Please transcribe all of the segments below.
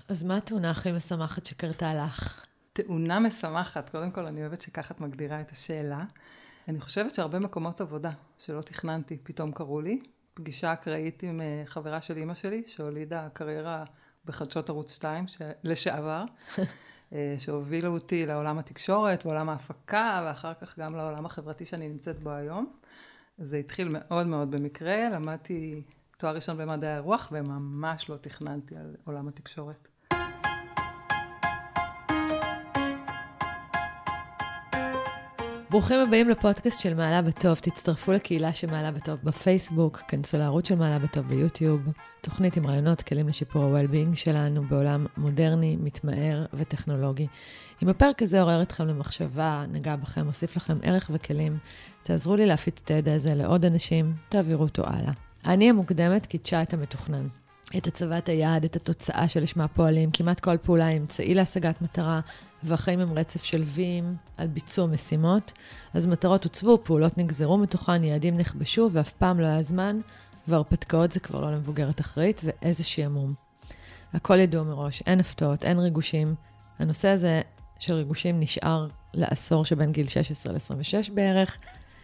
אז מה התאונה הכי משמחת שקרתה לך? תאונה משמחת, קודם כל אני אוהבת שככה את מגדירה את השאלה. אני חושבת שהרבה מקומות עבודה שלא תכננתי, פתאום קראו לי. פגישה אקראית עם חברה של אמא שלי, שהולידה קריירה בחדשות ערוץ 2 לשעבר, שהובילו אותי לעולם התקשורת, ועולם ההפקה, ואחר כך גם לעולם החברתי שאני נמצאת בו היום. זה התחיל מאוד מאוד במקרה, למדתי תואר ראשון במדעי הרוח, וממש לא תכננתי על עולם התקשורת. ברוכים הבאים לפודקאסט של מעלה בטוב. תצטרפו לקהילה של מעלה בטוב בפייסבוק, כנסו לערוץ של מעלה בטוב ביוטיוב, תוכנית עם רעיונות, כלים לשיפור ה-well-being שלנו בעולם מודרני, מתמהר וטכנולוגי. אם הפרק הזה עורר אתכם למחשבה, נגע בכם, מוסיף לכם ערך וכלים, תעזרו לי להפיץ את הידע הזה לעוד אנשים, תעבירו אותו הלאה. אני המוקדמת קידשה את המתוכנן. את הצבת היעד, את התוצאה שלשמה פועלים, כמעט כל פעולה היא אמצעי להשגת מטרה, והחיים הם רצף של ויים על ביצוע משימות. אז מטרות הוצבו, פעולות נגזרו מתוכן, יעדים נכבשו, ואף פעם לא היה זמן, והרפתקאות זה כבר לא למבוגרת אחראית, ואיזה שעמום. הכל ידוע מראש, אין הפתעות, אין ריגושים. הנושא הזה של ריגושים נשאר לעשור שבין גיל 16 ל-26 בערך,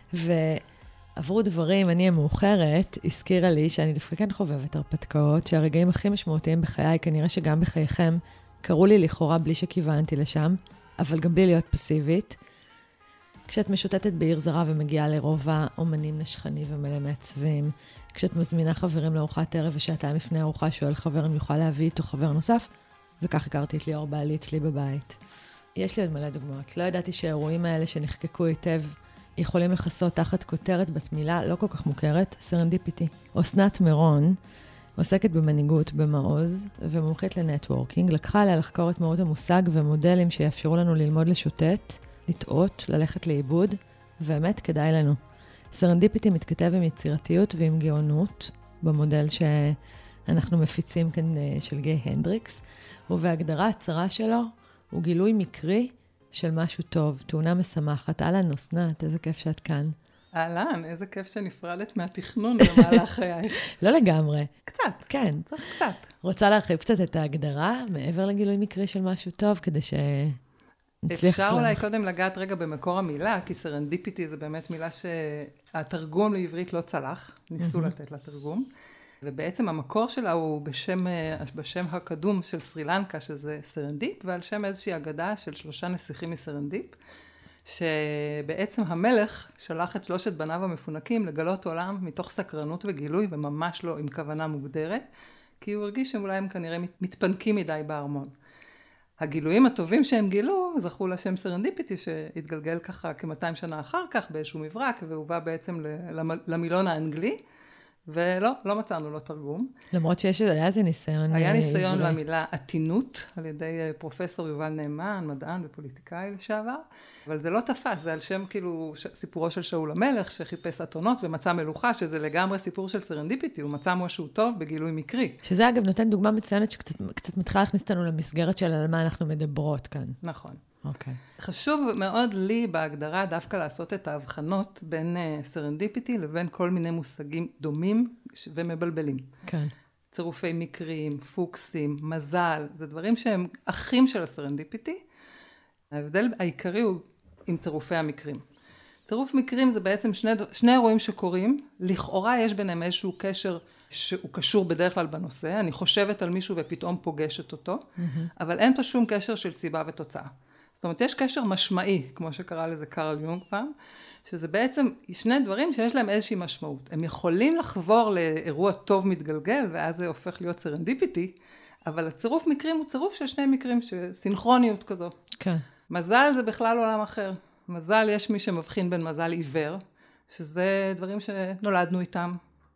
עברו דברים, אני המאוחרת, הזכירה לי שאני דווקא כן חובבת הרפתקאות, שהרגעים הכי משמעותיים בחיי, כנראה שגם בחייכם, קראו לי לכאורה בלי שכיוונתי לשם, אבל גם בלי להיות פסיבית. כשאת משוטטת בעיר זרה ומגיעה לרובע אומנים נשכני ומלא מעצבים, כשאת מזמינה חברים לארוחת ערב ושעתיים לפני ארוחה שואל חבר אם יוכל להביא איתו חבר נוסף, וכך הכרתי את ליאור בעלי אצלי בבית. יש לי עוד מלא דוגמאות. לא ידעתי שהאירועים האלה שנחקקו היטב יכולים לחסות תחת כותרת בת מילה לא כל כך מוכרת, סרנדיפיטי. אסנת מירון עוסקת במנהיגות במעוז ומומחית לנטוורקינג, לקחה עליה לחקור את מהות המושג ומודלים שיאפשרו לנו ללמוד לשוטט, לטעות, ללכת לאיבוד, ובאמת כדאי לנו. סרנדיפיטי מתכתב עם יצירתיות ועם גאונות, במודל שאנחנו מפיצים כאן של גיא הנדריקס, ובהגדרה הצרה שלו הוא גילוי מקרי של משהו טוב, תאונה משמחת. אהלן, אסנת, איזה כיף שאת כאן. אהלן, איזה כיף שנפרדת מהתכנון במהלך חיי. לא לגמרי. קצת. כן. צריך קצת. רוצה להרחיב קצת את ההגדרה, מעבר לגילוי מקרי של משהו טוב, כדי שנצליח... אפשר אולי קודם לגעת רגע במקור המילה, כי סרנדיפיטי זה באמת מילה שהתרגום לעברית לא צלח, ניסו לתת לה תרגום. ובעצם המקור שלה הוא בשם הקדום של סרילנקה, שזה סרנדיפ, ועל שם איזושהי אגדה של 3 נסיכים מסרנדיפ, שבעצם המלך שלח את 3 בניו המפונקים לגלות עולם מתוך סקרנות וגילוי, וממש לא עם כוונה מוגדרת, כי הוא הרגיש שאולי הם כנראה מתפנקים מדי בארמון. הגילויים הטובים שהם גילו זכו לשם סרנדיפיטי, שהתגלגל ככה כ200 שנה אחר כך באיזשהו מברק, והובא בעצם למילון האנגלי, ולא, לא מצאנו לו תרגום. למרות היה איזה ניסיון היה ניסיון למילה עתינות, על ידי פרופסור יובל נאמן, מדען ופוליטיקאי לשעבר, אבל זה לא תפס, זה על שם כאילו סיפורו של שאול המלך, שחיפש אתונות ומצא מלוכה, שזה לגמרי סיפור של סרנדיפיטי, הוא מצא משהו טוב בגילוי מקרי. שזה אגב נותן דוגמה מצוינת שקצת מתחילה להכניס אותנו למסגרת של על מה אנחנו מדברות כאן. נכון. אוקיי. חשוב מאוד לי בהגדרה דווקא לעשות את ההבחנות בין סרנדיפיטי לבין כל מיני מושגים דומים ומבלבלים. כן. צירופי מקרים, פוקסים, מזל, זה דברים שהם אחים של הסרנדיפיטי. ההבדל העיקרי הוא עם צירופי המקרים. צירוף מקרים זה בעצם שני אירועים שקורים, לכאורה יש ביניהם איזשהו קשר שהוא קשור בדרך כלל בנושא, אני חושבת על מישהו ופתאום פוגשת אותו, אבל אין פה שום קשר של סיבה ותוצאה. זאת אומרת, יש קשר משמעי, כמו שקרא לזה קרל יונג פעם, שזה בעצם 2 דברים שיש להם איזושהי משמעות. הם יכולים לחבור לאירוע טוב מתגלגל, ואז זה הופך להיות סרנדיפיטי, אבל הצירוף מקרים הוא צירוף של 2 מקרים, סינכרוניות כזו. כן. מזל זה בכלל עולם אחר. מזל, יש מי שמבחין בין מזל עיוור, שזה דברים שנולדנו איתם.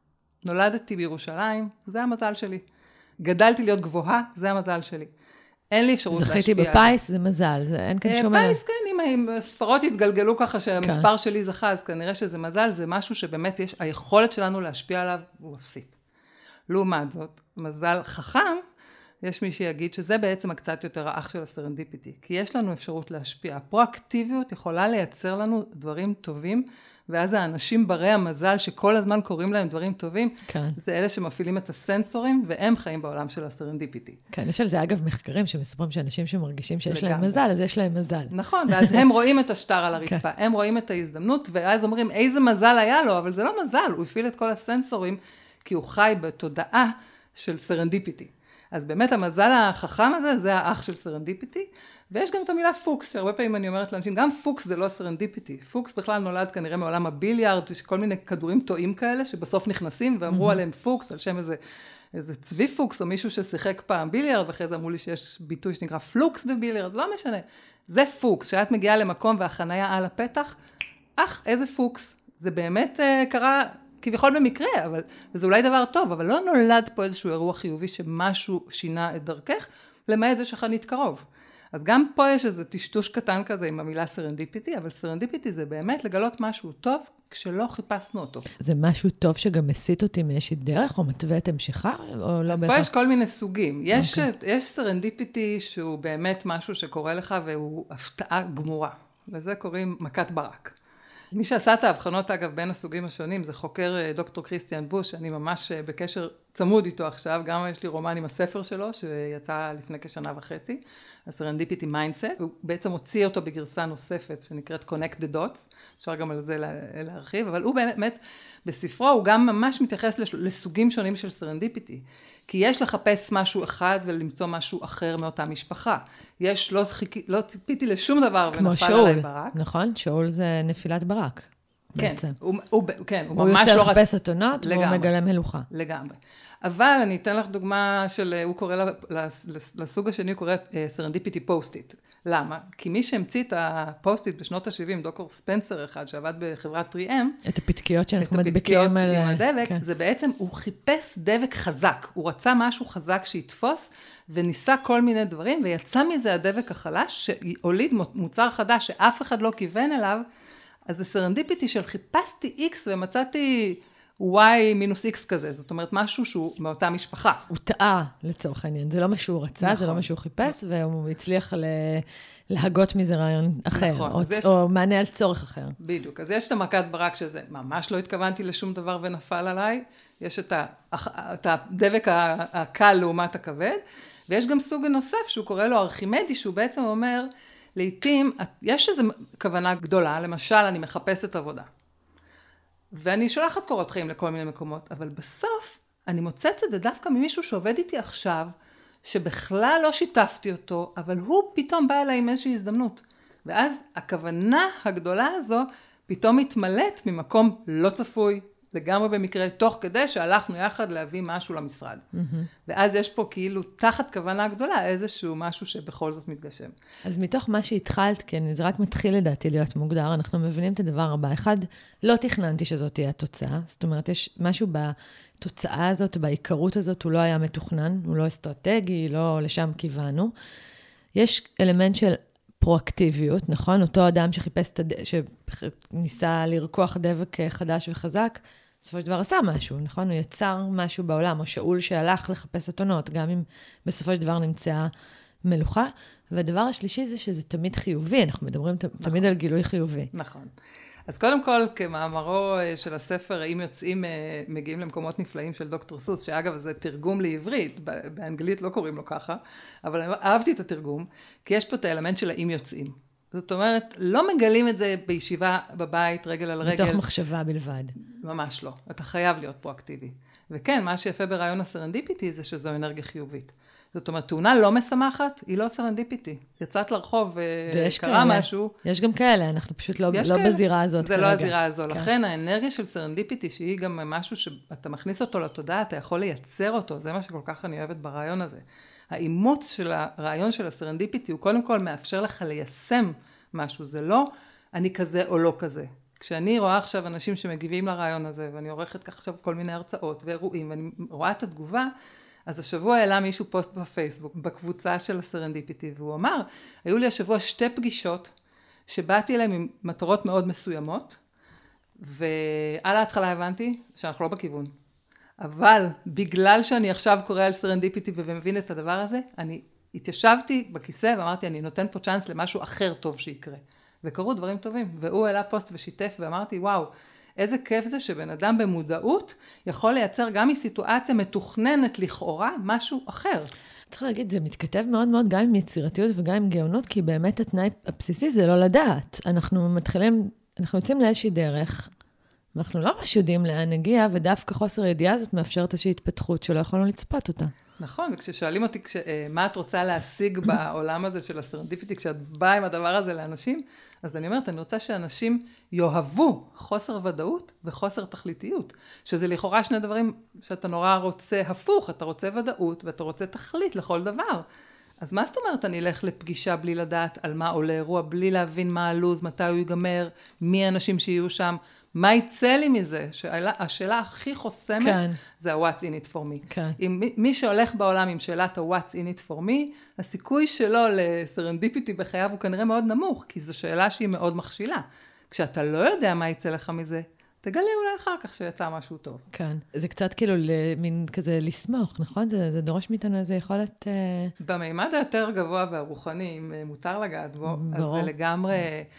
נולדתי בירושלים, זה המזל שלי. גדלתי להיות גבוהה, זה המזל שלי. אין לי אפשרות להשפיע. זכיתי בפייס, זה מזל, אין כאן שום... פייס, כן, אם ספרות התגלגלו ככה שהמספר שלי זכה, אז כנראה שזה מזל, זה משהו שבאמת יש, היכולת שלנו להשפיע עליו הוא אפסית. לעומת זאת, מזל חכם, יש מי שיגיד שזה בעצם הקצת יותר האח של הסרנדיפיטי, כי יש לנו אפשרות להשפיע. הפרואקטיביות יכולה לייצר לנו דברים טובים, ואז האנשים ברי המזל שכל הזמן קוראים להם דברים טובים, כן. זה אלה שמפעילים את הסנסורים, והם חיים בעולם של הסרנדיפיטי. כן, יש על זה אגב מחקרים שמספרים שאנשים שמרגישים שיש להם מזל, אז יש להם מזל. נכון, ואז הם רואים את השטר על הרצפה, הם רואים את ההזדמנות, ואז אומרים, איזה מזל היה לו, אבל זה לא מזל, הוא הפעיל את כל הסנסורים, כי הוא חי בתודעה של סרנדיפיטי. אז באמת המזל החכם הזה, זה האח של סרנדיפיטי, ויש גם את המילה פוקס, שהרבה פעמים אני אומרת לאנשים, גם פוקס זה לא סרנדיפיטי. פוקס בכלל נולד כנראה מעולם הביליארד, יש כל מיני כדורים טועים כאלה, שבסוף נכנסים ואמרו עליהם פוקס, על שם איזה צבי פוקס, או מישהו ששיחק פעם ביליארד, ואחרי זה אמרו לי שיש ביטוי שנקרא פלוקס בביליארד, לא משנה. זה פוקס, שאת מגיעה למקום והחנייה על הפתח, איזה פוקס. זה באמת קרה כביכול במקרה, וזה אולי דבר טוב, אבל לא נולד פה איזשהו אירוע חיובי שמשהו שינה את דרכך, למעט זה שחנית קרוב. אז גם פה יש איזה טשטוש קטן כזה עם המילה סרנדיפיטי, אבל סרנדיפיטי זה באמת לגלות משהו טוב כשלא חיפשנו אותו. זה משהו טוב שגם מסית אותי מאיזושהי דרך, או מתווה את המשכה, או לא אז פה יש כל מיני סוגים. יש סרנדיפיטי שהוא באמת משהו שקורה לך, והוא הפתעה גמורה. לזה קוראים מכת ברק. מי שעשה את ההבחנות, אגב, בין הסוגים השונים, זה חוקר דוקטור קריסטיאן בוש, אני ממש בקשר צמוד איתו עכשיו, גם יש לי רומן עם הספר שלו, שיצא לפני כשנה וחצי, הסרנדיפיטי מיינדסט, הוא בעצם הוציא אותו בגרסה נוספת, שנקראת Connect the Dots, אפשר גם על זה להרחיב, אבל הוא באמת, בספרו, הוא גם ממש מתייחס לסוגים שונים של סרנדיפיטי, כי יש לחפש משהו אחד ולמצוא משהו אחר מאותה משפחה. יש, לא ציפיתי לשום דבר ונפל עליי ברק. נכון? שאול זה נפילת ברק. כן, הוא ממש לא... הוא יוצא לחפש אתונות והוא מגלם הלוכה. לגמרי. אבל אני אתן לך דוגמה של, הוא קורא לסוג השני, הוא קורא סרנדיפיטי פוסט-איט. למה? כי מי שהמציא את הפוסט-איט בשנות ה-70, דוקטור ספנסר אחד, שעבד בחברת 3M, את הפתקיות שאנחנו מדבקים על... את הפתקיות עם הדבק, זה בעצם, הוא חיפש דבק חזק. הוא רצה משהו חזק שיתפוס, וניסה כל מיני דברים, ויצא מזה הדבק החלש, שהוליד מוצר חדש שאף אחד לא כיוון אליו, אז זה סרנדיפיטי של חיפשתי X ומצאתי Y-X כזה, זאת אומרת משהו שהוא מאותה משפחה. הוא טעה לצורך העניין, זה לא מה שהוא רצה, זה לא מה שהוא חיפש, והוא הצליח להגות מזה רעיון אחר, או מענה על צורך אחר. בדיוק, אז יש את המכת ברק שזה, ממש לא התכוונתי לשום דבר ונפל עליי, יש את הדבק הקל לעומת הכבד, ויש גם סוג נוסף שהוא קורא לו ארכימדי, שהוא בעצם אומר, לעתים, יש איזו כוונה גדולה, למשל, אני מחפשת עבודה. ואני שולחת קורות חיים לכל מיני מקומות, אבל בסוף אני מוצאת את זה דווקא ממישהו שעובד איתי עכשיו, שבכלל לא שיתפתי אותו, אבל הוא פתאום בא אליי עם איזושהי הזדמנות. ואז הכוונה הגדולה הזו פתאום מתמלאת ממקום לא צפוי, לגמרי במקרה, תוך כדי שהלכנו יחד להביא משהו למשרד. ואז יש פה כאילו תחת כוונה גדולה איזשהו משהו שבכל זאת מתגשם. אז מתוך מה שהתחלת, כן, זה רק מתחיל לדעתי להיות מוגדר, אנחנו מבינים את הדבר הבא. אחד, לא תכננתי שזאת תהיה התוצאה, זאת אומרת, יש משהו בתוצאה הזאת, בעיקרות הזאת, הוא לא היה מתוכנן, הוא לא אסטרטגי, לא לשם כיוונו. יש אלמנט של פרואקטיביות, נכון? אותו אדם שחיפש, שניסה לרקוח דבק חדש וחזק, בסופו של דבר עשה משהו, נכון? הוא יצר משהו בעולם, או שאול שהלך לחפש אתונות, גם אם בסופו של דבר נמצאה מלוכה. והדבר השלישי זה שזה תמיד חיובי, אנחנו מדברים תמיד על גילוי חיובי. נכון. אז קודם כל, כמאמרו של הספר, אם יוצאים, מגיעים למקומות נפלאים של דוקטור סוס, שאגב, זה תרגום לעברית, באנגלית לא קוראים לו ככה, אבל אהבתי את התרגום, כי יש פה את האלמנט של האם יוצאים. זאת אומרת, לא מגלים את זה בישיבה בבית, רגל על רגל. בתוך מחשבה בלבד. ממש לא. אתה חייב להיות פרואקטיבי. וכן, מה שיפה ברעיון הסרנדיפיטי זה שזו אנרגיה חיובית. זאת אומרת, תאונה לא משמחת, היא לא סרנדיפיטי. יצאת לרחוב וקרה משהו. יש גם כאלה, אנחנו פשוט לא בזירה הזאת. זה לא הזירה הזו. לכן האנרגיה של סרנדיפיטי, שהיא גם משהו שאתה מכניס אותו לתודעה, אתה יכול לייצר אותו. זה מה שכל כך אני אוהבת ברעיון הזה. האימוץ של הרעיון של הסרנדיפיטי, הוא קודם כל מאפשר לך ליישם משהו. זה לא אני כזה או לא כזה. כשאני רואה עכשיו אנשים שמגיבים לרעיון הזה, ואני עורכת כך עכשיו כל מיני הרצאות ואירועים, ואני רואה את התגובה, אז השבוע העלה מישהו פוסט בפייסבוק, בקבוצה של הסרנדיפיטי, והוא אמר, היו לי השבוע 2 פגישות, שבאתי אליהם עם מטרות מאוד מסוימות, ועל ההתחלה הבנתי שאנחנו לא בכיוון. אבל בגלל שאני עכשיו קורא על סרנדיפיטי ומבין את הדבר הזה, אני התיישבתי בכיסא ואמרתי, אני נותן פה צ'אנס למשהו אחר טוב שיקרה. וקרו דברים טובים. והוא העלה פוסט ושיתף, ואמרתי, וואו, איזה כיף זה שבן אדם במודעות יכול לייצר גם מסיטואציה מתוכננת לכאורה משהו אחר. צריך להגיד, זה מתכתב מאוד מאוד גם עם יצירתיות וגם עם גאונות, כי באמת התנאי הבסיסי זה לא לדעת. אנחנו יוצאים לאיזושהי דרך, ואנחנו לא ממש יודעים לאן נגיע, ודווקא חוסר הידיעה הזאת מאפשרת איזושהי התפתחות שלא יכולנו לצפות אותה. נכון, וכששואלים אותי מה את רוצה להשיג בעולם הזה של הסרנדיפיטי, כשאת באה עם הדבר הזה לאנשים, אז אני אומרת, אני רוצה שאנשים יאהבו חוסר ודאות וחוסר תכליתיות, שזה לכאורה שני דברים שאתה נורא רוצה הפוך, אתה רוצה ודאות ואתה רוצה תכלית לכל דבר. אז מה זאת אומרת, אני אלך לפגישה בלי לדעת על מה עולה אירוע, בלי להבין מה הלוז, מתי הוא ייגמר, מי האנשים שיהיו שם, מה יצא לי מזה? השאלה הכי חוסמת, כן. זה ה-what's in it for me. כן. אם מי שהולך בעולם עם שאלת ה-what's in it for me, הסיכוי שלו לסרנדיפיטי בחייו הוא כנראה מאוד נמוך, כי זו שאלה שהיא מאוד מכשילה. כשאתה לא יודע מה יצא לך מזה, תגלה אולי אחר כך שיצא משהו טוב. כן. זה קצת כאילו מין כזה לסמוך, נכון? זה דורש מאיתנו איזו יכולת... במימד היותר גבוה והרוחני, אם מותר לגעת בו, אז זה לגמרי...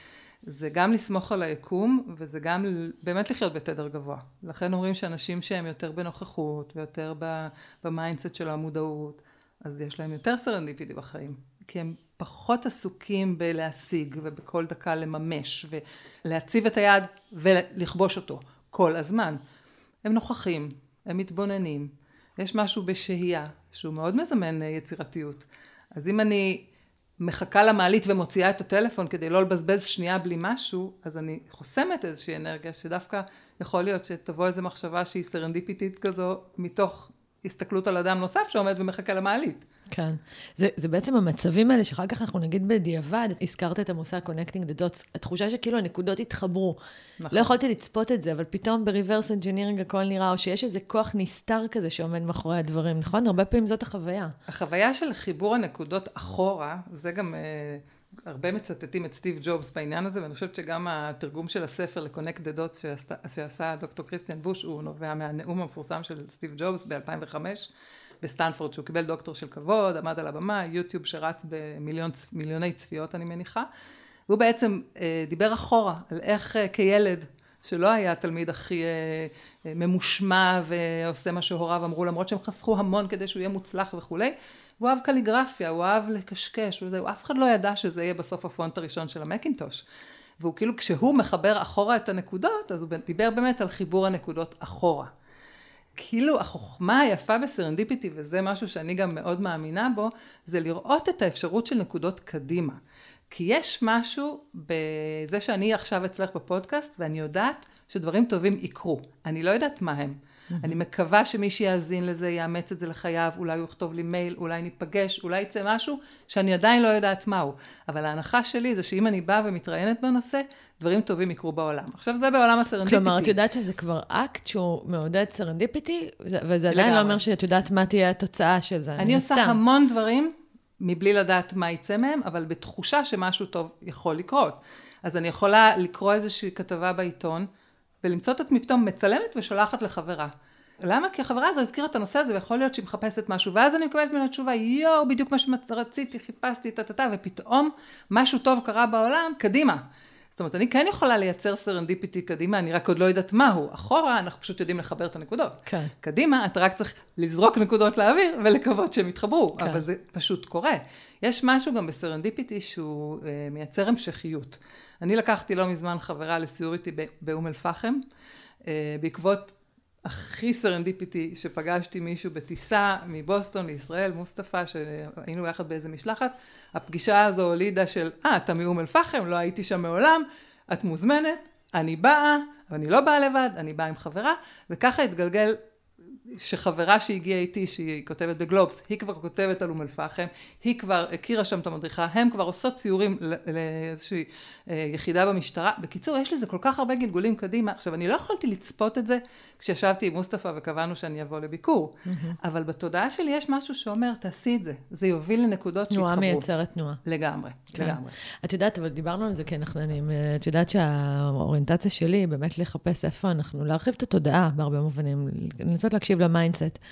זה גם לסמוך על היקום, וזה גם באמת לחיות בתדר גבוה. לכן אומרים שאנשים שהם יותר בנוכחות, ויותר במיינדסט של המודעות, אז יש להם יותר סרנדיפיטי בחיים. כי הם פחות עסוקים בלהשיג, ובכל דקה לממש, ולהציב את היד ולכבוש אותו כל הזמן. הם נוכחים, הם מתבוננים. יש משהו בשהייה, שהוא מאוד מזמן יצירתיות. אז אם אני... מחכה למעלית ומוציאה את הטלפון כדי לא לבזבז שנייה בלי משהו, אז אני חוסמת איזושהי אנרגיה שדווקא יכול להיות שתבוא איזו מחשבה שהיא סרנדיפיטית כזו מתוך הסתכלות על אדם נוסף שעומד ומחכה למעלית. כן. זה בעצם המצבים האלה שאחר כך אנחנו נגיד בדיעבד, הזכרת את המושג connecting the dots, התחושה שכאילו הנקודות התחברו. נכון. לא יכולתי לצפות את זה, אבל פתאום בריברס אנג'ינירינג הכל נראה, או שיש איזה כוח נסתר כזה שעומד מאחורי הדברים, נכון? הרבה פעמים זאת החוויה. החוויה של חיבור הנקודות אחורה, זה גם הרבה מצטטים את סטיב ג'ובס בעניין הזה, ואני חושבת שגם התרגום של הספר ל-Connect the Dots שעשה דוקטור קריסטיאן בוש, הוא נובע מהנאום המפורסם של סטיב ג'ובס ב-2005, בסטנפורד, שהוא קיבל דוקטור של כבוד, עמד על הבמה, יוטיוב שרץ במיליוני צפיות, אני מניחה. והוא בעצם דיבר אחורה על איך כילד, שלא היה התלמיד הכי ממושמע ועושה מה שהוריו אמרו, למרות שהם חסכו המון כדי שהוא יהיה מוצלח וכו'. הוא אהב קליגרפיה, הוא אהב לקשקש, הוא אף אחד לא ידע שזה יהיה בסוף הפונט הראשון של המקינטוש. והוא כאילו, כשהוא מחבר אחורה את הנקודות, אז הוא דיבר באמת על חיבור הנקודות אחורה. כאילו החוכמה היפה בסרנדיפיטי, וזה משהו שאני גם מאוד מאמינה בו, זה לראות את האפשרות של נקודות קדימה. כי יש משהו בזה שאני עכשיו אצלך בפודקאסט, ואני יודעת שדברים טובים יקרו. אני לא יודעת מה הם. אני מקווה שמי שיאזין לזה, יאמץ את זה לחייו, אולי הוא יכתוב לי מייל, אולי ניפגש, אולי יצא משהו שאני עדיין לא יודעת מהו. אבל ההנחה שלי זה שאם אני באה ומתראיינת בנושא, דברים טובים יקרו בעולם. עכשיו זה בעולם הסרנדיפיטי. כלומר, את יודעת שזה כבר אקט שהוא מעודד סרנדיפיטי, וזה עדיין לא אומר שאת יודעת מה תהיה התוצאה של זה. אני עושה המון דברים מבלי לדעת מה יצא מהם, אבל בתחושה שמשהו טוב יכול לקרות. אז אני יכולה לקרוא איזושהי כתבה בעיתון, ולמצוא את עצמי פתאום מצלמת ושולחת לחברה. למה? כי החברה הזו הזכירה את הנושא הזה, ויכול להיות שהיא מחפשת משהו, ואז אני מקבלת ממנה תשובה, בדיוק מה שרציתי, חיפשתי, ופתאום משהו טוב קרה בעולם, קדימה. זאת אומרת, אני כן יכולה לייצר סרנדיפיטי קדימה, אני רק עוד לא יודעת מהו. אחורה, אנחנו פשוט יודעים לחבר את הנקודות. כן. קדימה, אתה רק צריך לזרוק נקודות לאוויר, ולקוות שהם יתחברו. כן. אבל זה פשוט קורה. יש משהו גם בסרנדיפיטי שהוא מייצר המשכיות. אני לקחתי לא מזמן חברה לסיור איתי באום אל-פחם, בעקבות הכי סרנדיפיטי שפגשתי מישהו בטיסה מבוסטון לישראל, מוסטפא, שהיינו ביחד באיזה משלחת. הפגישה הזו הולידה של, אתה מאום אל-פחם, לא הייתי שם מעולם, את מוזמנת, אני באה, אבל אני לא באה לבד, אני באה עם חברה, וככה התגלגל שחברה שהגיעה איתי, שהיא כותבת בגלובס, היא כבר כותבת על אום אל-פחם, היא כבר הכירה שם את המדריכה, הם כבר עושות ציורים לאיזושהי יחידה במשטרה. בקיצור, יש לזה כל כך הרבה גלגולים קדימה. עכשיו, אני לא יכולתי לצפות את זה כשישבתי עם מוסטפא וקבענו שאני אבוא לביקור. אבל בתודעה שלי יש משהו שאומר, תעשי את זה. זה יוביל לנקודות שהתחברו. תנועה מייצרת תנועה. לגמרי, לגמרי. את יודעת, אבל דיברנו על זה, כי את יודעת שהאוריינטציה שלי היא באמת לחפש איפה אנחנו, להרחיב את התודעה בהרבה מובנים, לנסות להקשיב למיינדסט.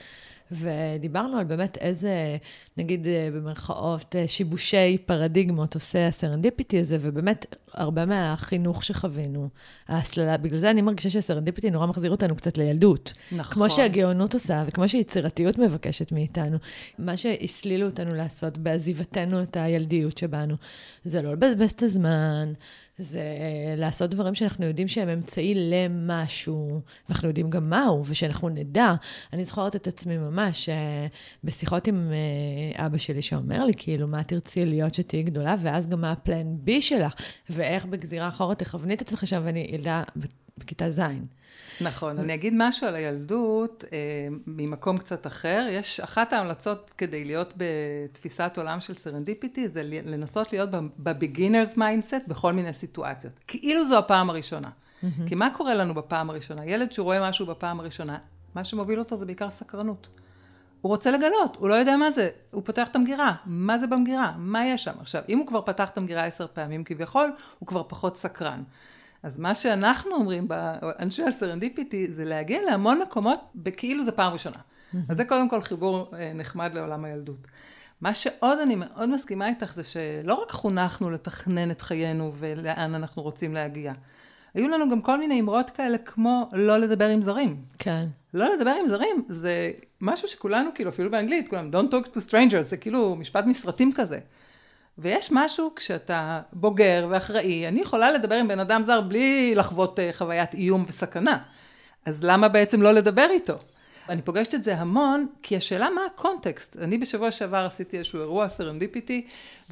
ודיברנו על באמת איזה, נגיד במרכאות, שיבושי פרדיגמות עושה הסרנדיפיטי הזה, ובאמת הרבה מהחינוך שחווינו, ההסללה, בגלל זה אני מרגישה שהסרנדיפיטי נורא מחזיר אותנו קצת לילדות. נכון. כמו שהגאונות עושה, וכמו שיצירתיות מבקשת מאיתנו, מה שהסלילו אותנו לעשות בעזיבתנו את הילדיות שבנו, זה לא לבזבז את הזמן, זה לעשות דברים שאנחנו יודעים שהם אמצעי למשהו, ואנחנו יודעים גם מהו, ושאנחנו נדע. אני זוכרת את עצמי ממש בשיחות עם אבא שלי שאומר לי, כאילו, מה תרצי להיות שתהיי גדולה, ואז גם מה הפלן בי שלך, ואיך בגזירה אחרת תכווני את עצמך שם, ואני ילדה בכיתה ז'. נכון, אני אגיד משהו על הילדות, ממקום קצת אחר. יש אחת ההמלצות כדי להיות בתפיסת עולם של סרנדיפיטי, זה לנסות להיות בבגינרס מיינדסט בכל מיני סיטואציות. כאילו זו הפעם הראשונה. כי מה קורה לנו בפעם הראשונה? ילד שרואה משהו בפעם הראשונה, מה שמוביל אותו זה בעיקר סקרנות. הוא רוצה לגלות, הוא לא יודע מה זה, הוא פותח את המגירה, מה זה במגירה, מה יש שם? עכשיו, אם הוא כבר פתח את המגירה 10 פעמים כביכול, הוא כבר פחות סקרן. אז מה שאנחנו אומרים באנשי הסרנדיפיטי, זה להגיע להמון מקומות בכאילו זה פעם ראשונה. אז זה קודם כל חיבור נחמד לעולם הילדות. מה שעוד אני מאוד מסכימה איתך, זה שלא רק חונכנו לתכנן את חיינו ולאן אנחנו רוצים להגיע. היו לנו גם כל מיני אמרות כאלה כמו לא לדבר עם זרים. כן. לא לדבר עם זרים, זה משהו שכולנו, כאילו אפילו באנגלית, כולם don't talk to strangers, זה כאילו משפט מסרטים כזה. ויש משהו כשאתה בוגר ואחראי, אני יכולה לדבר עם בן אדם זר בלי לחוות חוויית איום וסכנה. אז למה בעצם לא לדבר איתו? אני פוגשת את זה המון, כי השאלה מה הקונטקסט. אני בשבוע שעבר עשיתי איזשהו אירוע סרנדיפיטי,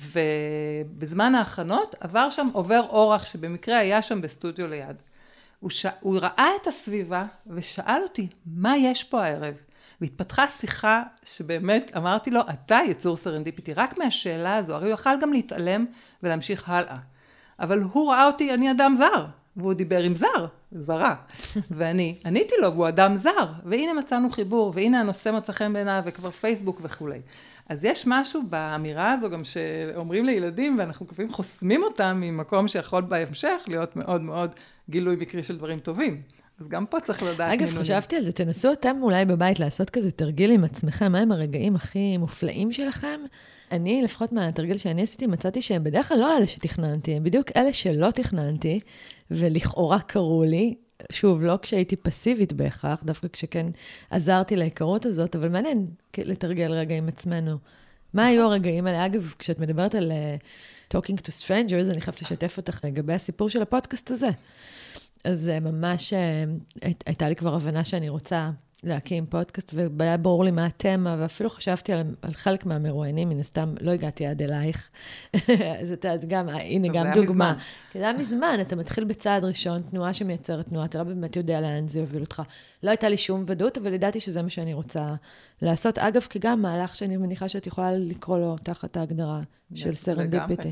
ובזמן ההכנות עבר שם עובר אורח שבמקרה היה שם בסטודיו ליד. הוא ראה את הסביבה ושאל אותי, מה יש פה הערב? והתפתחה שיחה שבאמת אמרתי לו, אתה יצור סרנדיפיטי, רק מהשאלה הזו, הרי הוא יוכל גם להתעלם ולהמשיך הלאה. אבל הוא ראה אותי, אני אדם זר, והוא דיבר עם זר, זרה. ואני עניתי לו, והוא אדם זר, והנה מצאנו חיבור, והנה הנושא מצא חן בעיניו, וכבר פייסבוק וכו'. אז יש משהו באמירה הזו גם שאומרים לילדים, ואנחנו כפים חוסמים אותם ממקום שיכול בהמשך להיות מאוד מאוד גילוי מקרי של דברים טובים. אז גם פה צריך לדעת אגב, מינונים. חשבתי על זה, תנסו אתם אולי בבית לעשות כזה תרגיל עם עצמכם, מה הם הרגעים הכי מופלאים שלכם? אני, לפחות מהתרגיל שאני עשיתי, מצאתי שהם בדרך כלל לא אלה שתכננתי, הם בדיוק אלה שלא תכננתי, ולכאורה קראו לי, שוב, לא כשהייתי פסיבית בהכרח, דווקא כשכן עזרתי להיכרות הזאת, אבל מעניין לתרגל רגע עם עצמנו. מה היו הרגעים האלה? אגב, כשאת מדברת על talking to strangers, אני חייבת לשתף אותך לגבי הסיפור של הפודקאסט הזה. אז ממש הייתה לי כבר הבנה שאני רוצה להקים פודקאסט, והיה ברור לי מה התמה, ואפילו חשבתי על חלק מהמרואיינים, מן הסתם לא הגעתי עד אלייך. אז גם, הנה גם דוגמה. כי זה היה מזמן, אתה מתחיל בצעד ראשון, תנועה שמייצרת תנועה, אתה לא באמת יודע לאן זה יוביל אותך. לא הייתה לי שום ודאות, אבל ידעתי שזה מה שאני רוצה לעשות. אגב, כי גם מהלך שאני מניחה שאת יכולה לקרוא לו תחת ההגדרה של סרנדיפיטי.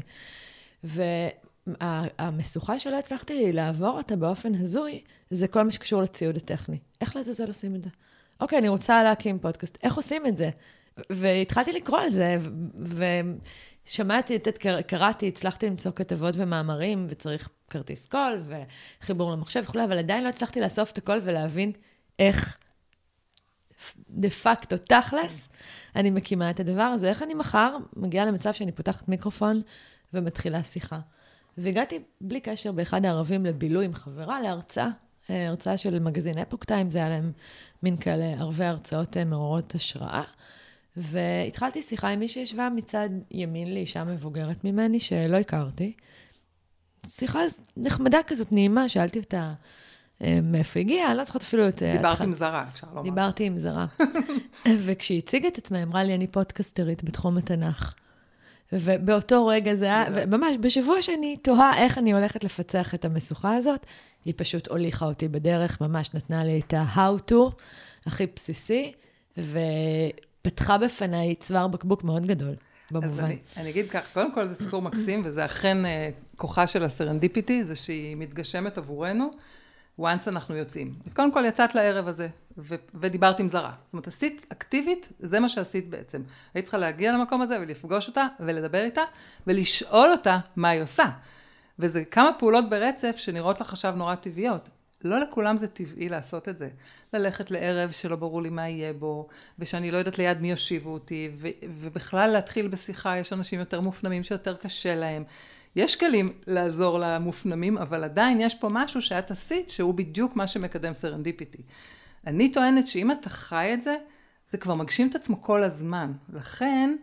המשוכה שלא הצלחתי לעבור אותה באופן הזוי, זה כל מה שקשור לציוד הטכני. איך לעזאזל עושים את זה? אוקיי, אני רוצה להקים פודקאסט. איך עושים את זה? והתחלתי לקרוא על זה, ושמעתי, קראתי, הצלחתי למצוא כתבות ומאמרים, וצריך כרטיס קול, וחיבור למחשב וכו', אבל עדיין לא הצלחתי לאסוף את הכל ולהבין איך דה פקטו תכלס, אני מקימה את הדבר הזה. איך אני מחר מגיעה למצב שאני פותחת מיקרופון ומתחילה שיחה. והגעתי בלי קשר באחד הערבים לבילוי עם חברה, הרצאה של מגזין אפוק טיים, זה היה להם מין כאלה ערבי הרצאות מעוררות השראה, והתחלתי שיחה עם מי שישבה מצד ימין לאישה מבוגרת ממני, שלא הכרתי. שיחה נחמדה כזאת, נעימה, שאלתי אותה מאיפה הגיעה, אני לא זוכרת אפילו את... דיברתי עם זרה, אפשר לומר. דיברתי עם זרה. וכשהיא הציגה את עצמה, אמרה לי, אני פודקסטרית בתחום התנ"ך. ובאותו רגע זה היה, ממש בשבוע שאני תוהה איך אני הולכת לפצח את המשוכה הזאת, היא פשוט הוליכה אותי בדרך, ממש נתנה לי את ה-how to הכי בסיסי, ופתחה בפניי צוואר בקבוק מאוד גדול, במובן. אז אני אגיד כך, קודם כל זה סיפור מקסים, וזה אכן כוחה של הסרנדיפיטי, זה שהיא מתגשמת עבורנו, once אנחנו יוצאים. אז קודם כל יצאת לערב הזה, ודיברת עם זרה. זאת אומרת, עשית אקטיבית, זה מה שעשית בעצם. היית צריכה להגיע למקום הזה ולפגוש אותה, ולדבר איתה, ולשאול אותה מה היא עושה. וזה כמה פעולות ברצף שנראות לך עכשיו נורא טבעיות. לא לכולם זה טבעי לעשות את זה. ללכת לערב שלא ברור לי מה יהיה בו, ושאני לא יודעת ליד מי יושיבו אותי, ובכלל להתחיל בשיחה, יש אנשים יותר מופנמים שיותר קשה להם. יש כלים לעזור למופנמים, אבל עדיין יש פה משהו שאת עשית, שהוא בדיוק מה שמקדם סרנדיפיטי. אני טוענת שאם אתה חי את זה, זה כבר מגשים את עצמו כל הזמן. לכן,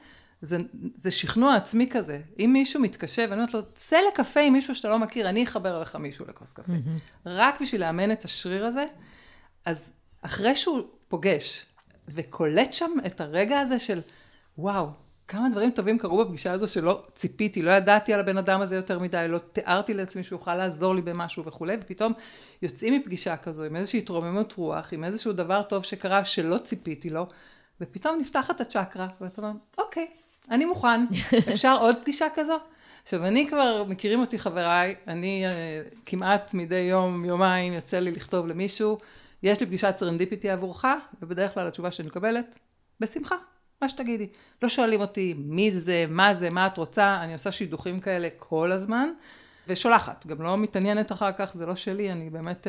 זה שכנוע עצמי כזה. אם מישהו מתקשה, ואני אומרת לו, צא לקפה עם מישהו שאתה לא מכיר, אני אחבר לך מישהו לכוס קפה. רק בשביל לאמן את השריר הזה, אז אחרי שהוא פוגש, וקולט שם את הרגע הזה של, וואו, כמה דברים טובים קרו בפגישה הזו שלא ציפיתי, לא ידעתי על הבן אדם הזה יותר מדי, לא תיארתי לעצמי שהוא יוכל לעזור לי במשהו וכו', ופתאום יוצאים מפגישה כזו, עם איזושהי התרוממות רוח, עם איזשהו דבר טוב שקרה שלא ציפיתי לו, ופתאום נפתחת הצ'קרה, ואתה אומר, אוקיי, אני מוכן, אפשר עוד פגישה כזו? עכשיו, אני כבר, מכירים אותי חבריי, אני כמעט מדי יום, יומיים, יוצא לי לכתוב למישהו, יש לי פגישת סרנדיפיטי עבורך, ובדרך כלל התשובה שאני מקבלת, בשמחה, מה שתגידי. לא שואלים אותי מי זה, מה את רוצה, אני עושה שידוכים כאלה כל הזמן, ושולחת, גם לא מתעניינת אחר כך, זה לא שלי, אני באמת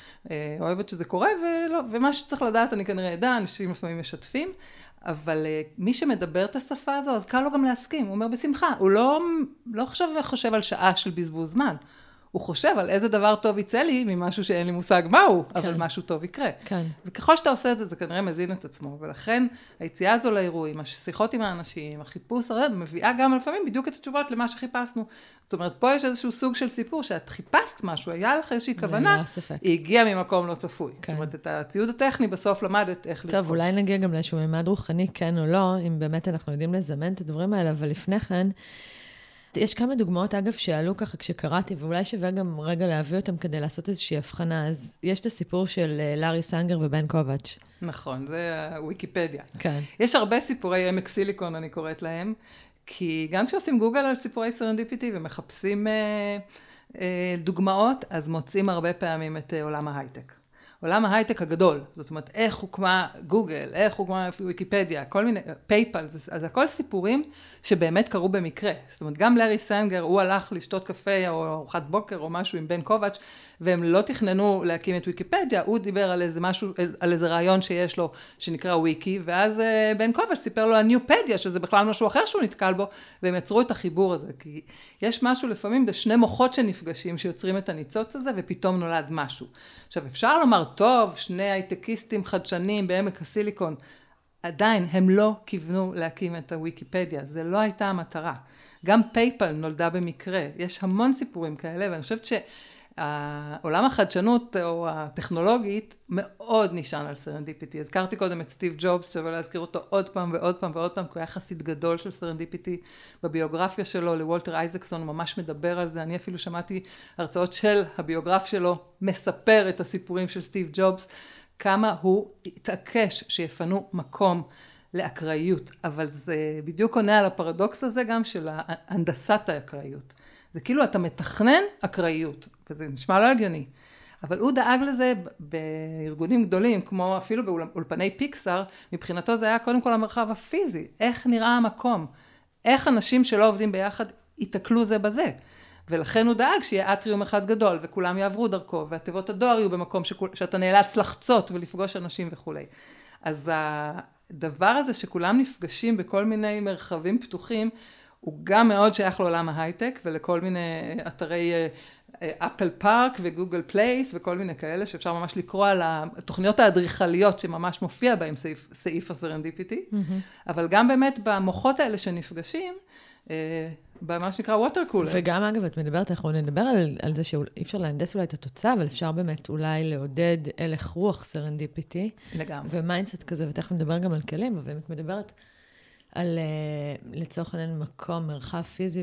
אוהבת שזה קורה, ומה שצריך לדעת אני כנראה ידע, אנשים לפעמים משתפים, אבל מי שמדבר את השפה הזו, אז קל לו גם להסכים, הוא אומר בשמחה, הוא לא חושב על שעה של בזבוז זמן, הוא חושב על איזה דבר טוב יצא לי ממשהו שאין לי מושג מהו, כן. אבל משהו טוב יקרה. כן. וככל שאתה עושה את זה, זה כנראה מזין את עצמו, ולכן היציאה הזו לאירועים, השיחות עם האנשים, החיפוש, מביאה גם לפעמים בדיוק את התשובות למה שחיפשנו. זאת אומרת, פה יש איזשהו סוג של סיפור, שאת חיפשת משהו, היה לך איזושהי כוונה, היא הגיעה ממקום לא צפוי. כן. זאת אומרת, את הציוד הטכני בסוף למדת איך לקרוא. טוב, אולי נגיע גם לאיזשהו ממד רוחני, כן או לא, אם באמת אנחנו יודעים לזמן את הדברים האלה, אבל לפני כן, יש כמה דוגמאות, אגב, שעלו ככה כשקראתי, ואולי שווה גם רגע להביא אותם כדי לעשות איזושהי הבחנה. אז יש את הסיפור של לארי סנגר ובן קובץ'. נכון, זה הוויקיפדיה. כן. יש הרבה סיפורי עמק סיליקון, אני קוראת להם, כי גם כשעושים גוגל על סיפורי סרנדיפיטי ומחפשים דוגמאות, אז מוצאים הרבה פעמים את עולם ההייטק. עולם ההייטק הגדול, זאת אומרת, איך הוקמה גוגל, איך הוקמה ויקיפדיה, כל מיני, פייפל, אז הכל סיפורים שבאמת קרו במקרה. זאת אומרת, גם לארי סנגר, הוא הלך לשתות קפה או ארוחת בוקר או משהו עם בן קובץ', והם לא תכננו להקים את ויקיפדיה, הוא דיבר על איזה משהו, על איזה רעיון שיש לו, שנקרא וויקי, ואז בן קובץ' סיפר לו על ניופדיה, שזה בכלל משהו אחר שהוא נתקל בו, והם יצרו את החיבור הזה, כי יש משהו לפעמים בשני מוחות שנפגשים, שיוצרים את הניצוץ הזה, ופתאום נולד משהו. עכשיו, אפשר לומר, טוב, שני הייטקיסטים חדשנים בעמק הסיליקון, עדיין הם לא כיוונו להקים את הוויקיפדיה, זה לא הייתה המטרה. גם פייפל נולדה במקרה, יש המון סיפורים כאלה, ואני חושבת העולם החדשנות או הטכנולוגית מאוד נשען על סרנדיפיטי. הזכרתי קודם את סטיב ג'ובס, שווה להזכיר אותו עוד פעם ועוד פעם ועוד פעם, כי הוא היה חסיד גדול של סרנדיפיטי. בביוגרפיה שלו, לוולטר אייזקסון, ממש מדבר על זה. אני אפילו שמעתי הרצאות של הביוגרף שלו, מספר את הסיפורים של סטיב ג'ובס, כמה הוא התעקש שיפנו מקום לאקראיות. אבל זה בדיוק עונה על הפרדוקס הזה גם של הנדסת האקראיות. זה כאילו אתה מתכנן אקראיות, וזה נשמע לא הגיוני. אבל הוא דאג לזה בארגונים גדולים, כמו אפילו באולפני פיקסאר, מבחינתו זה היה קודם כל המרחב הפיזי. איך נראה המקום? איך אנשים שלא עובדים ביחד יתקלו זה בזה? ולכן הוא דאג שיהיה אטריום אחד גדול, וכולם יעברו דרכו, והתיבות הדואר יהיו במקום שאתה נאלץ לחצות ולפגוש אנשים וכו'. אז הדבר הזה שכולם נפגשים בכל מיני מרחבים פתוחים, הוא גם מאוד שייך לעולם ההייטק, ולכל מיני אתרי אפל פארק וגוגל פלייס, וכל מיני כאלה, שאפשר ממש לקרוא על התוכניות האדריכליות, שממש מופיע בהם סעיף הסרנדיפיטי, אבל גם באמת במוחות האלה שנפגשים, במה שנקרא ווטר קולר. וגם אגב, את מדברת, אנחנו נדבר על זה שאי אפשר להנדס אולי את התוצאה, אבל אפשר באמת אולי לעודד הלך רוח סרנדיפיטי. לגמרי. ומיינדסט כזה, ותכף נדבר גם על כלים, אבל את מדברת על לצורך העניין מקום, מרחב פיזי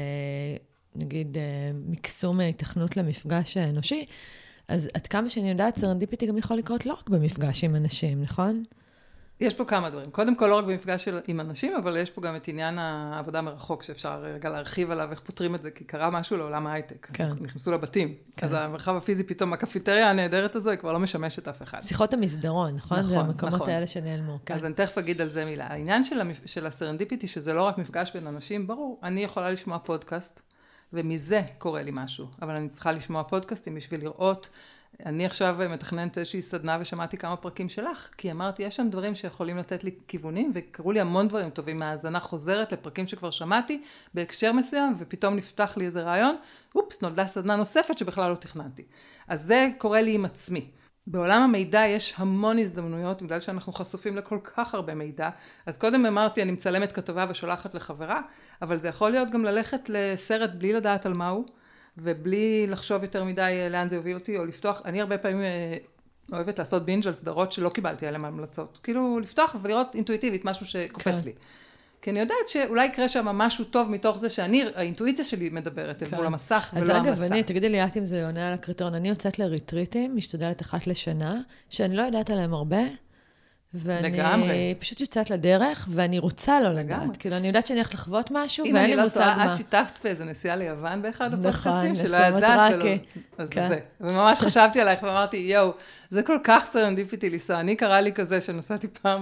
ונגיד מקסום התכנות למפגש האנושי, אז עד כמה שאני יודעת, סרנדיפיטי גם יכול לקרות לא רק במפגש עם אנשים, נכון? יש פה כמה דברים. קודם כל, לא רק במפגש עם אנשים, אבל יש פה גם את עניין העבודה מרחוק, שאפשר רגע להרחיב עליו, איך פותרים את זה, כי קרה משהו לעולם ההייטק. כן. נכנסו לבתים. כן. אז המרחב הפיזי פתאום, הקפיטריה הנהדרת הזו, היא כבר לא משמשת אף אחד. שיחות המסדרון, נכון? נכון, זה המקומות נכון. האלה שנעלמו. כן. אז אני תכף אגיד על זה מילה. העניין של הסרנדיפיטי, שזה לא רק מפגש בין אנשים, ברור, אני יכולה לשמוע פודקאסט, ומזה קורה לי משהו. אבל אני צריכה לשמוע פודקאסטים בשביל לראות אני עכשיו מתכננת איזושהי סדנה ושמעתי כמה פרקים שלך, כי אמרתי, יש שם דברים שיכולים לתת לי כיוונים, וקראו לי המון דברים טובים מהאזנה חוזרת לפרקים שכבר שמעתי, בהקשר מסוים, ופתאום נפתח לי איזה רעיון, אופס, נולדה סדנה נוספת שבכלל לא תכננתי. אז זה קורה לי עם עצמי. בעולם המידע יש המון הזדמנויות, בגלל שאנחנו חשופים לכל כך הרבה מידע. אז קודם אמרתי, אני מצלמת כתבה ושולחת לחברה, אבל זה יכול להיות גם ללכת לסרט בלי לדעת על מהו, ובלי לחשוב יותר מדי לאן זה יוביל אותי, או לפתוח, אני הרבה פעמים אוהבת לעשות בינג' על סדרות שלא קיבלתי עליהן המלצות. כאילו לפתוח ולראות אינטואיטיבית משהו שקופץ לי. כי אני יודעת שאולי יקרה שם משהו טוב מתוך זה האינטואיציה שלי מדברת אל מול המסך ולא המלצה. אז אגב, תגידי לי, אם זה עונה על הקריטריון, אני יוצאת לריטריטים, משתדלת אחת לשנה, שאני לא יודעת עליהם הרבה, ואני פשוט יוצאת לדרך, ואני רוצה לא לדעת. כאילו, אני יודעת שאני הולכת לחוות משהו, ואין לי מושג מה. אם אני לא טועה, את שיתפת באיזה נסיעה ליוון באחד הפודקאסטים, שלא ידעת ולא... אז זה. וממש חשבתי עלייך ואמרתי, יואו, זה כל כך סרנדיפיטי לנסוע. אני קרא לי כזה שנסעתי פעם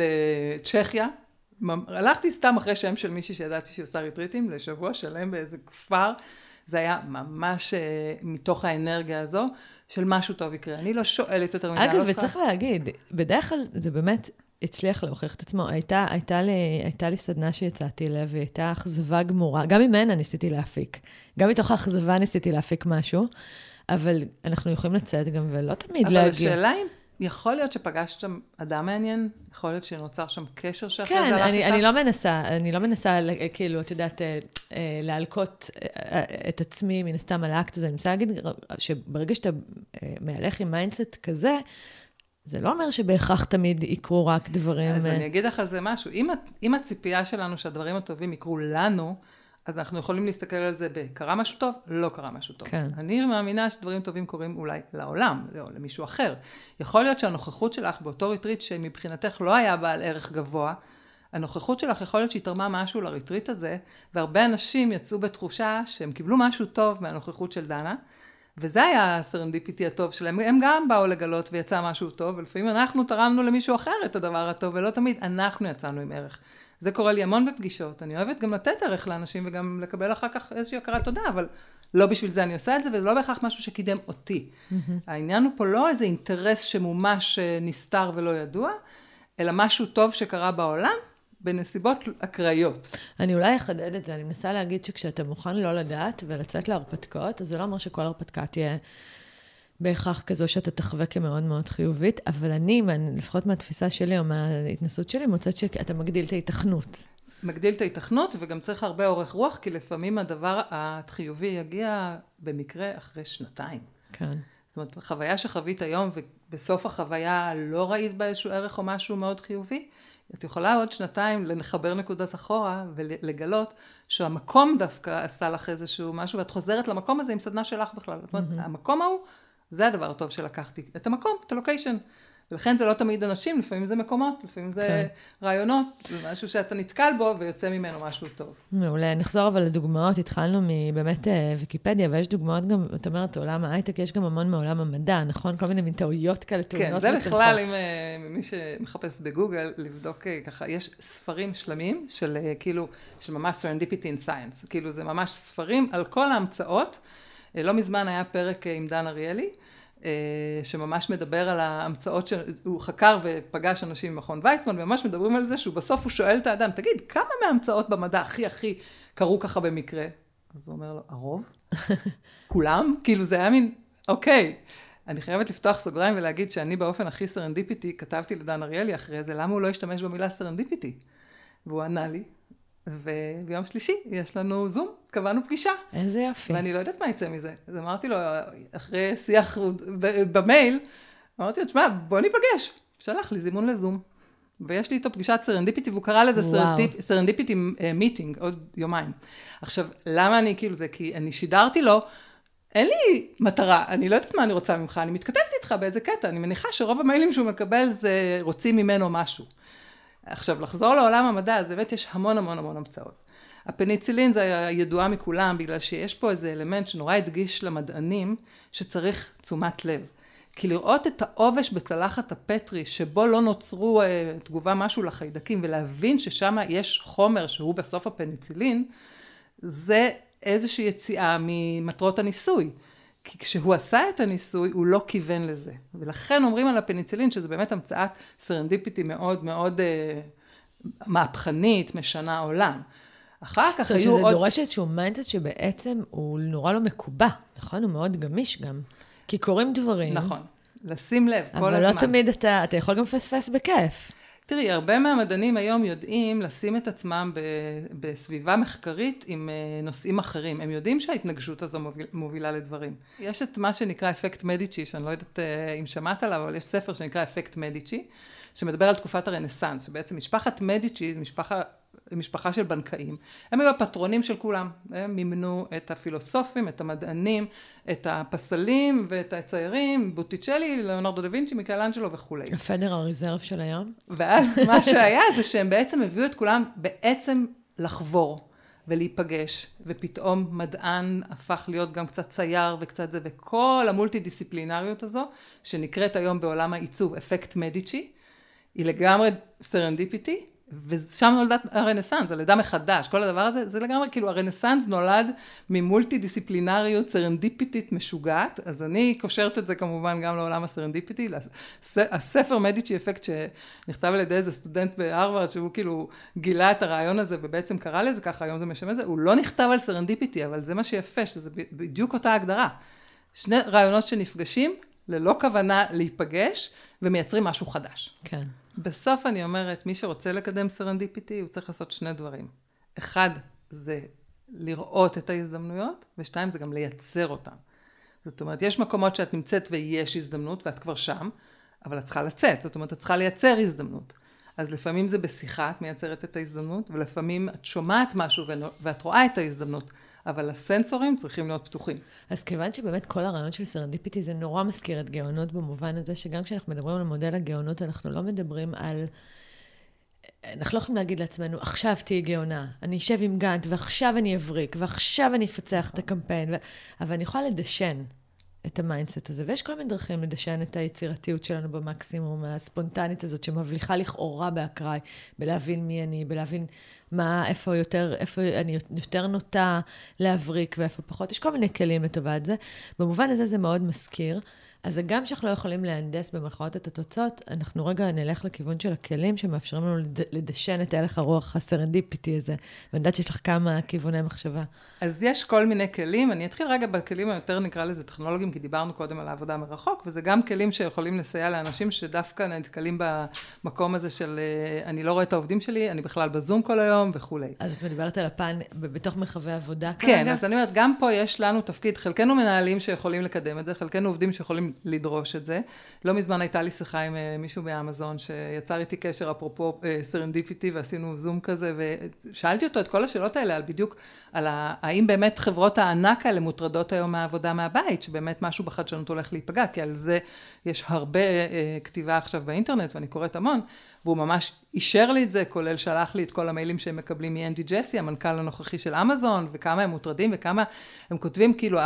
לצ'כיה, הלכתי סתם אחרי שם של מישהי שידעתי שהיא עושה ריטריטים, לשבוע שלם באיזה כפר, זה היה ממש מתוך האנרגיה הזו, של משהו טוב יקרה. אני לא שואלת יותר מדי. אגב, וצריך להגיד, בדרך כלל זה באמת הצליח להוכיח את עצמו. הייתה לי סדנה שיצאתי לה, והיא הייתה אכזבה גמורה. גם ממנה ניסיתי להפיק. גם מתוך האכזבה ניסיתי להפיק משהו, אבל אנחנו יכולים לצאת גם ולא תמיד להגיע. אבל השאלה אם יכול להיות שפגשת שם אדם מעניין, יכול להיות שנוצר שם קשר שאחרי כן, זה הלך איתך? אני לא מנסה, כאילו, את יודעת, להלקות את עצמי מן הסתם על האקט הזה. אני מנסה להגיד שברגע שאתה מהלך עם מיינדסט כזה, זה לא אומר שבהכרח תמיד יקרו רק דברים. אז אני אגיד לך על זה משהו. אם הציפייה שלנו שהדברים הטובים יקרו לנו, אז אנחנו יכולים להסתכל על זה בקרה משהו טוב, לא קרה משהו טוב. כן. אני מאמינה שדברים טובים קורים אולי לעולם, או למישהו אחר. יכול להיות שהנוכחות שלך באותו ריטריט שמבחינתך לא היה בעל ערך גבוה, הנוכחות שלך יכול להיות שהיא תרמה משהו לריטריט הזה, והרבה אנשים יצאו בתחושה שהם קיבלו משהו טוב מהנוכחות של דנה, וזה היה הסרנדיפיטי הטוב שלהם. הם גם באו לגלות ויצא משהו טוב, ולפעמים אנחנו תרמנו למישהו אחר את הדבר הטוב, ולא תמיד אנחנו יצאנו עם ערך. זה קורה לי המון בפגישות. אני אוהבת גם לתת ערך לאנשים וגם לקבל אחר כך איזושהי הכרת תודה, אבל לא בשביל זה אני עושה את זה, וזה לא בהכרח משהו שקידם אותי. העניין הוא פה לא איזה אינטרס שמומש נסתר ולא ידוע, אלא משהו טוב שקרה בעולם, בנסיבות אקראיות. אני אולי אחדד את זה, אני מנסה להגיד שכשאתה מוכן לא לדעת ולצאת להרפתקאות, אז זה לא אומר שכל הרפתקה תהיה בהכרח כזו שאתה תחווה כמאוד מאוד חיובית, אבל אני, לפחות מהתפיסה שלי או מההתנסות שלי, מוצאת שאתה מגדיל את ההיתכנות. מגדיל את ההיתכנות, וגם צריך הרבה אורך רוח, כי לפעמים הדבר החיובי יגיע במקרה אחרי שנתיים. כן. זאת אומרת, חוויה שחווית היום, ובסוף החוויה לא ראית בה איזשהו ערך או משהו מאוד חיובי, את יכולה עוד שנתיים לחבר נקודות אחורה ולגלות שהמקום דווקא עשה לך איזשהו משהו, ואת חוזרת למקום הזה עם סדנה שלך בכלל. זאת אומרת, המקום ההוא, זה הדבר הטוב שלקחתי. את המקום, את הלוקיישן. ולכן זה לא תמיד אנשים, לפעמים זה מקומות, לפעמים זה רעיונות, זה משהו שאתה נתקל בו ויוצא ממנו משהו טוב. מעולה, נחזור אבל לדוגמאות, התחלנו מבאמת ויקיפדיה, ויש דוגמאות גם, את אומרת, עולם ההייטק, יש גם המון מעולם המדע, נכון? כל מיני מין טעויות כאלה, תאונות ושמחות. כן, זה בכלל, אם מי שמחפש בגוגל, לבדוק ככה, יש ספרים שלמים של כאילו, של ממש serendipity in science, כאילו זה ממש ספרים על כל ההמצאות. לא מזמן היה פרק עם דן אריאלי, שממש מדבר על ההמצאות שהוא חקר ופגש אנשים ממכון ויצמן, וממש מדברים על זה שהוא בסוף הוא שואל את האדם, תגיד, כמה מההמצאות במדע הכי קרו ככה במקרה? אז הוא אומר לו, הרוב? כולם? כאילו זה היה מין, אוקיי. אני חייבת לפתוח סוגריים ולהגיד שאני באופן הכי סרנדיפיטי, כתבתי לדן אריאלי אחרי זה, למה הוא לא השתמש במילה סרנדיפיטי? והוא ענה לי, וביום שלישי יש לנו זום, קבענו פגישה. איזה יופי. ואני לא יודעת מה יצא מזה. אז אמרתי לו, אחרי שיח במייל, אמרתי לו, תשמע, בוא ניפגש. שלח לי זימון לזום. ויש לי איתו פגישת סרנדיפיטי, והוא קרא לזה סרנדיפיטי מיטינג, עוד יומיים. עכשיו, למה אני כאילו זה? כי אני שידרתי לו, אין לי מטרה, אני לא יודעת מה אני רוצה ממך, אני מתכתבת איתך באיזה קטע, אני מניחה שרוב המיילים שהוא מקבל זה רוצים ממנו משהו. עכשיו, לחזור לעולם המדע, אז באמת יש המון המצאות. הפניצילין זה ידועה מכולם, בגלל שיש פה איזה אלמנט שנורא הדגיש למדענים, שצריך תשומת לב. כי לראות את העובש בצלחת הפטרי, שבו לא נוצרו תגובה משהו לחיידקים, ולהבין ששם יש חומר שהוא בסוף הפניצילין, זה איזושהי יציאה ממטרות הניסוי. כי כשהוא עשה את הניסוי, הוא לא כיוון לזה. ולכן אומרים על הפניצילין, שזה באמת המצאת סרנדיפיטי מאוד מאוד מהפכנית, משנה עולם. אחר כך היו עוד... שזה דורש איזשהו מיינדסט שבעצם הוא נורא לא מקובע, נכון? הוא מאוד גמיש גם. כי קורים דברים. נכון. לשים לב כל הזמן. אבל לא תמיד אתה יכול גם לפספס בכיף. תראי, הרבה מהמדענים היום יודעים לשים את עצמם בסביבה מחקרית עם נושאים אחרים. הם יודעים שההתנגשות הזו מובילה לדברים. יש את מה שנקרא אפקט מדיצ'י, שאני לא יודעת אם שמעת עליו, אבל יש ספר שנקרא אפקט מדיצ'י, שמדבר על תקופת הרנסנס, שבעצם משפחת מדיצ'י, זו משפחה של בנקאים. הם היו הפטרונים של כולם. הם מימנו את הפילוסופים, את המדענים, את הפסלים ואת הציירים, בוטיצ'לי, ליאונרדו דה וינצ'י, מיכלאנג'לו וכו'. הפדרל ריזרב של היום. ואז מה שהיה זה שהם בעצם הביאו את כולם בעצם לחבור ולהיפגש, ופתאום מדען הפך להיות גם קצת צייר וקצת זה, וכל המולטי-דיסציפלינריות הזו, שנקראת היום בעולם העיצוב אפקט מדיצ'י, היא לגמרי סרנדיפיטי, ושם נולדת הרנסנס, הלידה מחדש, כל הדבר הזה, זה לגמרי, כאילו הרנסנס נולד ממולטי דיסציפלינריות סרנדיפיטית משוגעת, אז אני קושרת את זה כמובן גם לעולם הסרנדיפיטי, הספר מדיצ'י אפקט שנכתב על ידי איזה סטודנט בהרווארד, שהוא כאילו גילה את הרעיון הזה ובעצם קרא לזה ככה, היום זה משמש זה, הוא לא נכתב על סרנדיפיטי, אבל זה מה שיפה, שזה בדיוק אותה הגדרה. שני רעיונות שנפגשים, ללא כוונה להיפגש, ומייצרים משהו חדש. כן. בסוף אני אומרת, מי שרוצה לקדם סרנדיפיטי, הוא צריך לעשות שני דברים. אחד, זה לראות את ההזדמנויות, ושתיים, זה גם לייצר אותן. זאת אומרת, יש מקומות שאת נמצאת ויש הזדמנות, ואת כבר שם, אבל את צריכה לצאת. זאת אומרת, את צריכה לייצר הזדמנות. אז לפעמים זה בשיחה, את מייצרת את ההזדמנות, ולפעמים את שומעת משהו ואת רואה את ההזדמנות. אבל הסנסורים צריכים להיות פתוחים. אז כיוון שבאמת כל הרעיון של סרנדיפיטי זה נורא מזכיר את גאונות במובן הזה, שגם כשאנחנו מדברים על מודל הגאונות, אנחנו לא מדברים על... אנחנו לא יכולים להגיד לעצמנו, עכשיו תהי גאונה, אני אשב עם גאנט, ועכשיו אני אבריק, ועכשיו אני אפצח את הקמפיין, אבל אני יכולה לדשן את המיינדסט הזה, ויש כל מיני דרכים לדשן את היצירתיות שלנו במקסימום, הספונטנית הזאת שמבליחה לכאורה באקראי, בלהבין מי אני, בלהבין איפה אני יותר נוטה להבריק ואיפה פחות. יש כל מיני כלים לטובת זה. במובן הזה זה מאוד מזכיר. אז גם שאנחנו לא יכולים להנדס במרכאות את התוצאות, אנחנו רגע נלך לכיוון של הכלים שמאפשרים לנו לדשן את הלך הרוח הסרנדיפיטי הזה. ואני יודעת שיש לך כמה כיווני מחשבה. אז יש כל מיני כלים. אני אתחיל רגע בכלים היותר נקרא לזה טכנולוגיים, כי דיברנו קודם על העבודה מרחוק, וזה גם כלים שיכולים לסייע לאנשים שדווקא נתקלים במקום הזה של אני לא רואה את העובדים שלי, אני בכלל בזום כל היום וכו'. אז את מדברת על הפן בתוך מרחבי עבודה כרגע? כן, אז אני אומרת, גם פה יש לנו תפקיד, חלקנו מנהלים שיכולים לקדם את זה, חלקנו עובדים שיכולים לדרוש את זה. לא מזמן הייתה לי שיחה עם מישהו באמזון שיצר איתי קשר אפרופו סרנדיפיטי ועשינו זום כזה, ושאלתי אותו את כל השאלות האלה על בדיוק, על האם באמת חברות הענק האלה מוטרדות היום מהעבודה מהבית, שבאמת משהו בחדשנות הולך להיפגע, כי על זה יש הרבה כתיבה עכשיו באינטרנט ואני קוראת המון, והוא ממש אישר לי את זה, כולל שלח לי את כל המיילים שהם מקבלים מאנדי ג'סי, המנכ"ל הנוכחי של אמזון, וכמה הם מוטרדים, וכמה הם כותבים, כאילו,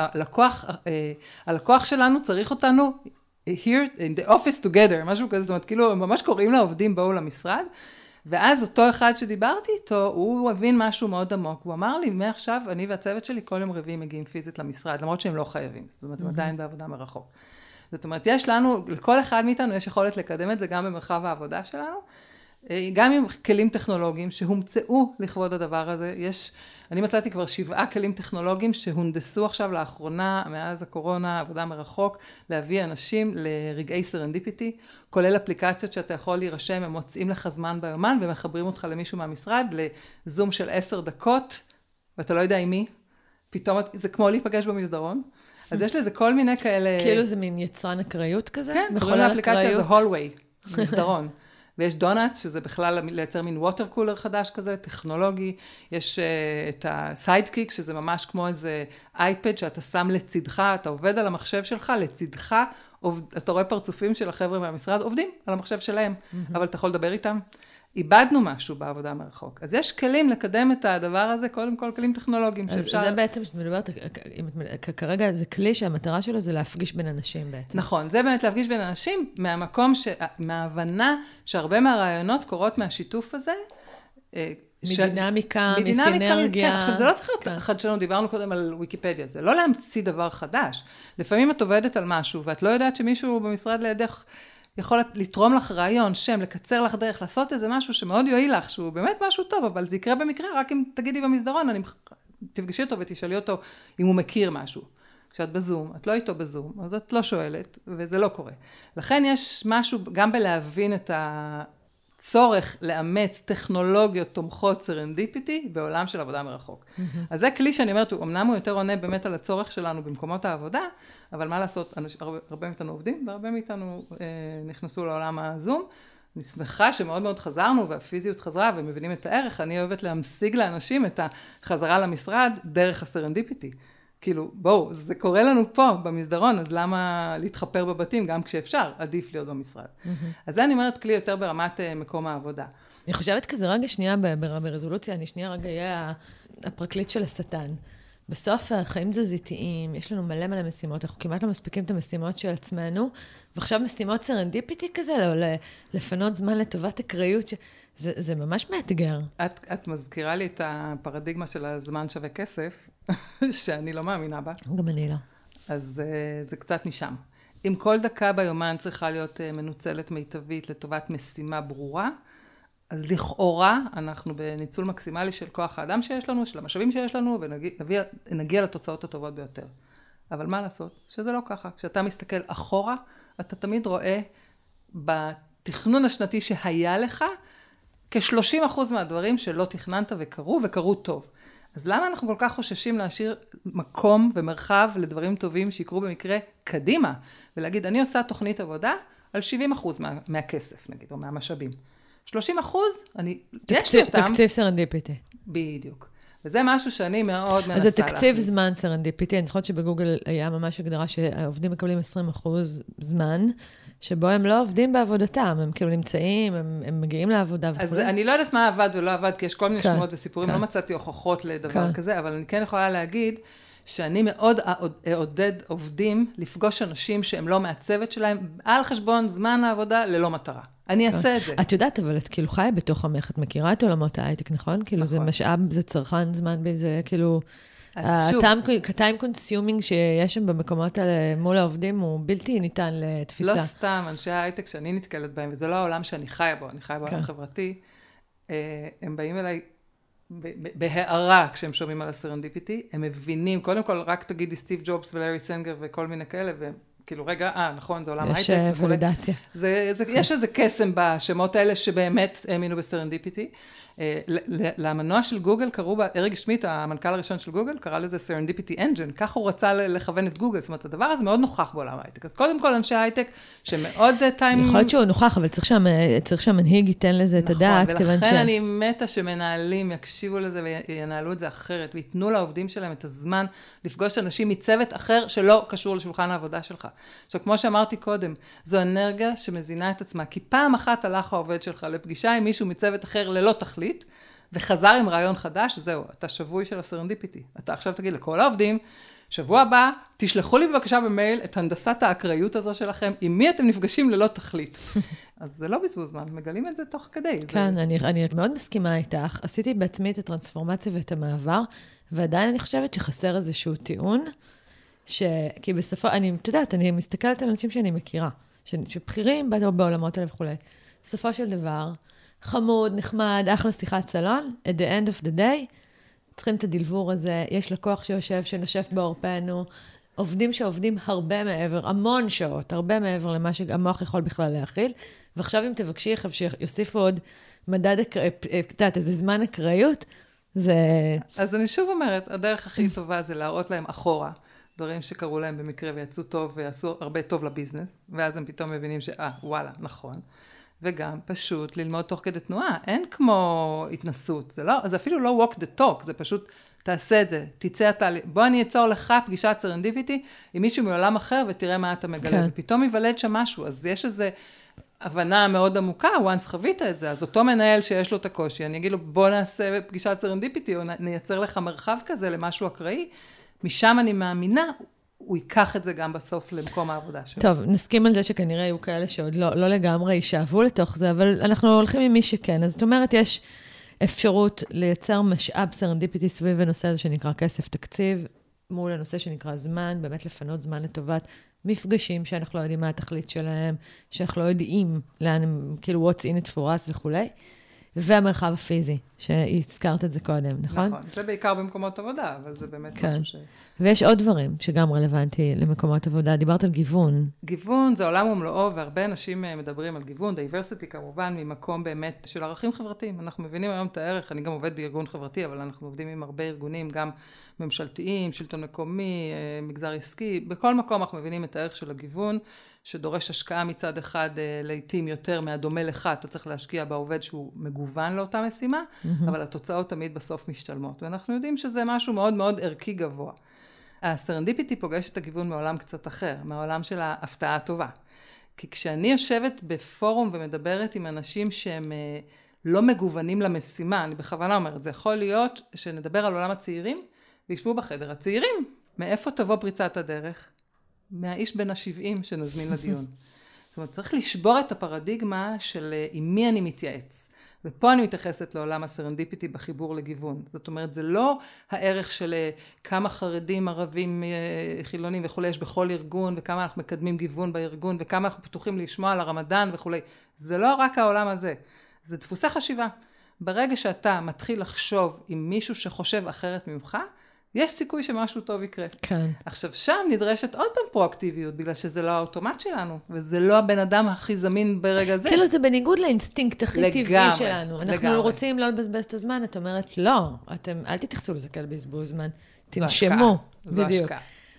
הלקוח שלנו צריך אותנו here in the office together, משהו כזה, זאת אומרת, כאילו, הם ממש קוראים לעובדים, באו למשרד, ואז אותו אחד שדיברתי איתו, הוא הבין משהו מאוד עמוק, הוא אמר לי, מעכשיו, אני והצוות שלי כל יום רביעי מגיעים פיזית למשרד, למרות שהם לא חייבים, זאת אומרת, הם עדיין בעבודה מרחוק. זאת אומרת, יש לנו, לכל אחד מאיתנו יש יכולת לקדם את זה גם במרחב העבודה שלנו, גם עם כלים טכנולוגיים שהומצאו לכבוד הדבר הזה. אני מצאתי כבר 7 כלים טכנולוגיים שהונדסו עכשיו לאחרונה, מאז הקורונה, עבודה מרחוק, להביא אנשים לרגעי סרנדיפיטי, כולל אפליקציות שאתה יכול להירשם, הם מוצאים לך זמן ביומן ומחברים אותך למישהו מהמשרד, לזום של 10 דקות, ואתה לא יודע עם מי, פתאום זה כמו להיפגש במסדרון. אז יש לזה כל מיני כאלה... כאילו זה מין יצרן אקראיות כזה? כן, קוראים לאפליקציה זה הולווי, מסדרון. ויש דונאט, שזה בכלל לייצר מין ווטר קולר חדש כזה, טכנולוגי. יש את הסיידקיק, שזה ממש כמו איזה אייפד שאתה שם לצדך, אתה עובד על המחשב שלך, לצדך, אתה רואה פרצופים של החבר'ה מהמשרד, עובדים על המחשב שלהם, אבל אתה יכול לדבר איתם. איבדנו משהו בעבודה מרחוק. אז יש כלים לקדם את הדבר הזה, קודם כל כלים טכנולוגיים שאפשר... זה בעצם, שאת מדברת, כרגע זה כלי שהמטרה שלו זה להפגיש בין אנשים בעצם. נכון, זה באמת להפגיש בין אנשים, מהמקום, מההבנה שהרבה מהרעיונות קורות מהשיתוף הזה, מדינמיקה, מסינרגיה. כן, עכשיו זה לא צריך להיות חדשנות, דיברנו קודם על ויקיפדיה, זה לא להמציא דבר חדש. לפעמים את עובדת על משהו, ואת לא יודעת שמישהו במשרד לידך יכול לתרום לך רעיון, שם, לקצר לך דרך, לעשות איזה משהו שמאוד יועיל לך, שהוא באמת משהו טוב, אבל זה יקרה במקרה, רק אם תגידי במסדרון, תפגשי אותו ותשאלי אותו אם הוא מכיר משהו. כשאת בזום, את לא איתו בזום, אז את לא שואלת, וזה לא קורה. לכן יש משהו גם בלהבין את הצורך לאמץ טכנולוגיות תומכות סרנדיפיטי בעולם של עבודה מרחוק. אז זה כלי שאני אומרת, אמנם הוא יותר עונה באמת על הצורך שלנו במקומות העבודה, אבל מה לעשות, הרבה מאיתנו עובדים, והרבה מאיתנו נכנסו לעולם הזום. אני שמחה שמאוד מאוד חזרנו, והפיזיות חזרה, ומבינים את הערך. אני אוהבת להמשיג לאנשים את החזרה למשרד דרך הסרנדיפיטי. כאילו, בואו, זה קורה לנו פה במסדרון, אז למה להתחפר בבתים גם כשאפשר? עדיף להיות במשרד. אז זה אני אומרת כלי יותר ברמת מקום העבודה. אני חושבת כזה רגע שנייה ברזולוציה, אני שנייה רגע אהיה הפרקליט של השטן. בסוף החיים תזזיתיים, יש לנו מלא משימות, אנחנו כמעט לא מספיקים את המשימות של עצמנו, ועכשיו משימות סרנדיפיטי כזה, לפנות זמן לטובת אקראיות, זה ממש מאתגר. את מזכירה לי את הפרדיגמה של הזמן שווה כסף, שאני לא מאמינה בה. גם אני לא. אז זה קצת משם. אם כל דקה ביומן צריכה להיות מנוצלת מיטבית לטובת משימה ברורה, אז לכאורה אנחנו בניצול מקסימלי של כוח האדם שיש לנו, של המשאבים שיש לנו, ונגיע לתוצאות הטובות ביותר. אבל מה לעשות? שזה לא ככה. כשאתה מסתכל אחורה, אתה תמיד רואה בתכנון השנתי שהיה לך, כ-30% מהדברים שלא תכננת וקרו טוב. אז למה אנחנו כל כך חוששים להשאיר מקום ומרחב לדברים טובים שיקרו במקרה קדימה? ולהגיד, אני עושה תוכנית עבודה על 70% מהכסף, נגיד, או מהמשאבים. 30%, יש לי אותם. תקציב סרנדיפיטי. בדיוק. וזה משהו שאני מאוד מנסה אז זה תקציב זמן סרנדיפיטי. אני זוכרת שבגוגל היה ממש הגדרה שהעובדים מקבלים 20% זמן, שבו הם לא עובדים בעבודתם, הם כאילו נמצאים, הם מגיעים לעבודה וכו'. אז אני לא יודעת מה עבד ולא עבד, כי יש כל מיני שמות וסיפורים, לא מצאתי הוכחות לדבר כזה, אבל אני כן יכולה להגיד שאני מאוד אעודד עובדים לפגוש אנשים שהם לא מהצוות שלהם, על חשבון זמן העבודה ללא מטרה. אני אעשה את זה. את יודעת, אבל את כאילו חיה בתוך המערכת, מכירה את עולמות ההייטק, נכון? כאילו זה משאב, זה צרכן זמן, זה כאילו... הטיים קונסיומינג שיש שם במקומות האלה מול העובדים הוא בלתי ניתן לתפיסה. לא סתם, אנשי ההייטק שאני נתקלת בהם, וזה לא העולם שאני חיה בו, אני חיה בעולם חברתי, הם באים אליי בהערה כשהם שומעים על הסרנדיפיטי, הם מבינים, קודם כל רק תגידי סטיב ג'ובס ולארי סנגר וכל מיני כאלה, וכאילו רגע, נכון, זה עולם ההייטק. יש ולידציה. יש איזה קסם בשמות האלה שבאמת האמינו בסרנדיפיטי. למנוע של גוגל קראו, אריק שמיט, המנכ"ל הראשון של גוגל, קרא לזה Serendipity Engine, כך הוא רצה לכוון את גוגל, זאת אומרת, הדבר הזה מאוד נוכח בעולם ההייטק. אז קודם כל, אנשי ההייטק, שמאוד טיים... יכול להיות שהוא נוכח, אבל צריך שהמנהיג ייתן לזה את הדעת, נכון, ולכן אני מתה שמנהלים יקשיבו לזה וינהלו את זה אחרת, ויתנו לעובדים שלהם את הזמן לפגוש אנשים מצוות אחר שלא קשור לשולחן העבודה שלך. עכשיו, כמו שאמרתי קודם, זו אנרגיה שמזינה את עצמה, כי פעם אחת הלך העובד שלך לפגישה עם מישהו מצוות אחר ללא תכלית, וחזר עם רעיון חדש, זהו, אתה שבוי של הסרנדיפיטי. אתה עכשיו תגיד לכל העובדים, שבוע הבא, תשלחו לי בבקשה במייל את הנדסת האקראיות הזו שלכם, עם מי אתם נפגשים ללא תכלית. אז זה לא בזבוז זמן, מגלים את זה תוך כדי. כן, אני מאוד מסכימה איתך. עשיתי בעצמי את הטרנספורמציה ואת המעבר, ועדיין אני חושבת שחסר איזשהו טיעון, כי בסופו, אני יודעת, אני מסתכלת על אנשים שאני מכירה, שבחירים בעולמות האלה וכו'. בסופו של דבר, חמוד, נחמד, אחלה שיחת סלון, at the end of the day, צריכים את הדלבור הזה, יש לקוח שיושב, שנשף בעורפנו, עובדים שעובדים הרבה מעבר, המון שעות, הרבה מעבר למה שהמוח יכול בכלל להכיל, ועכשיו אם תבקשי איך שיוסיפו עוד מדד, איזה זמן אקראיות, זה... אז אני שוב אומרת, הדרך הכי טובה זה להראות להם אחורה, דברים שקרו להם במקרה ויצאו טוב ויעשו הרבה טוב לביזנס, ואז הם פתאום מבינים וואלה, נכון. וגם פשוט ללמוד תוך כדי תנועה. אין כמו התנסות. זה אפילו לא walk the talk, זה פשוט תעשה את זה, תצא אתה, בוא אני אצור לך פגישת סרנדיפיטי עם מישהו מעולם אחר ותראה מה אתה מגלה. כן. ופתאום יוולד שם משהו. אז יש איזו הבנה מאוד עמוקה, once חווית את זה. אז אותו מנהל שיש לו את הקושי, אני אגיד לו בוא נעשה פגישת סרנדיפיטי, או נייצר לך מרחב כזה למשהו אקראי. משם אני מאמינה, הוא ייקח את זה גם בסוף למקום העבודה שלו. טוב, נסכים על זה שכנראה יהיו כאלה שעוד לא לגמרי יישאבו לתוך זה, אבל אנחנו הולכים עם מי שכן. אז זאת אומרת, אפשרות לייצר משאב סרנדיפיטי סביב הנושא הזה שנקרא כסף תקציב, מול הנושא שנקרא זמן, באמת לפנות זמן לטובת מפגשים שאנחנו לא יודעים מה התכלית שלהם, שאנחנו לא יודעים לאן הם, כאילו, what's in it for us וכולי. והמרחב הפיזי, שהזכרת את זה קודם, נכון? נכון, זה בעיקר במקומות עבודה, אבל זה באמת כן. משהו ויש עוד דברים שגם רלוונטי למקומות עבודה. דיברת על גיוון. גיוון זה עולם ומלואו, והרבה אנשים מדברים על גיוון, diversity כמובן, ממקום באמת של ערכים חברתיים. אנחנו מבינים היום את הערך, אני גם עובד בארגון חברתי, אבל אנחנו עובדים עם הרבה ארגונים, גם ממשלתיים, שלטון מקומי, מגזר עסקי. בכל מקום אנחנו מבינים את הערך של הגיוון, שדורש השקעה מצד אחד לעתים יותר מהדומה לך, אתה צריך להשקיע בעובד שהוא מגוון לאותה משימה, אבל התוצאות תמיד בסוף משתלמות. ואנחנו יודעים שזה משהו מאוד מאוד ערכי גבוה. הסרנדיפיטי פוגש את הגיוון מעולם קצת אחר, מהעולם של ההפתעה הטובה. כי כשאני יושבת בפורום ומדברת עם אנשים שהם לא מגוונים למשימה, אני בכוונה אומרת, זה יכול להיות שנדבר על עולם הצעירים, וישבו בחדר הצעירים. מאיפה תבוא פריצת הדרך? מהאיש בין ה-70 שנזמין לדיון. זאת אומרת, צריך לשבור את הפרדיגמה של עם מי אני מתייעץ. ופה אני מתייחסת לעולם הסרנדיפיטי בחיבור לגיוון. זאת אומרת, זה לא הערך של כמה חרדים, ערבים, חילונים וכו' יש בכל ארגון, וכמה אנחנו מקדמים גיוון בארגון, וכמה אנחנו פתוחים לשמוע על הרמדאן וכו'. זה לא רק העולם הזה. זה דפוסי חשיבה. ברגע שאתה מתחיל לחשוב עם מישהו שחושב אחרת ממך, יש סיכוי שמשהו טוב יקרה. כן. עכשיו, שם נדרשת עוד פעם פרואקטיביות, בגלל שזה לא האוטומט שלנו, וזה לא הבן אדם הכי זמין ברגע זה. כאילו זה בניגוד לאינסטינקט הכי טבעי שלנו. לגמרי. אנחנו רוצים לא לבזבז את הזמן, את אומרת, לא, אל תתייחסו לזה כאל בזבוז זמן, תנשמו. זו השקעה.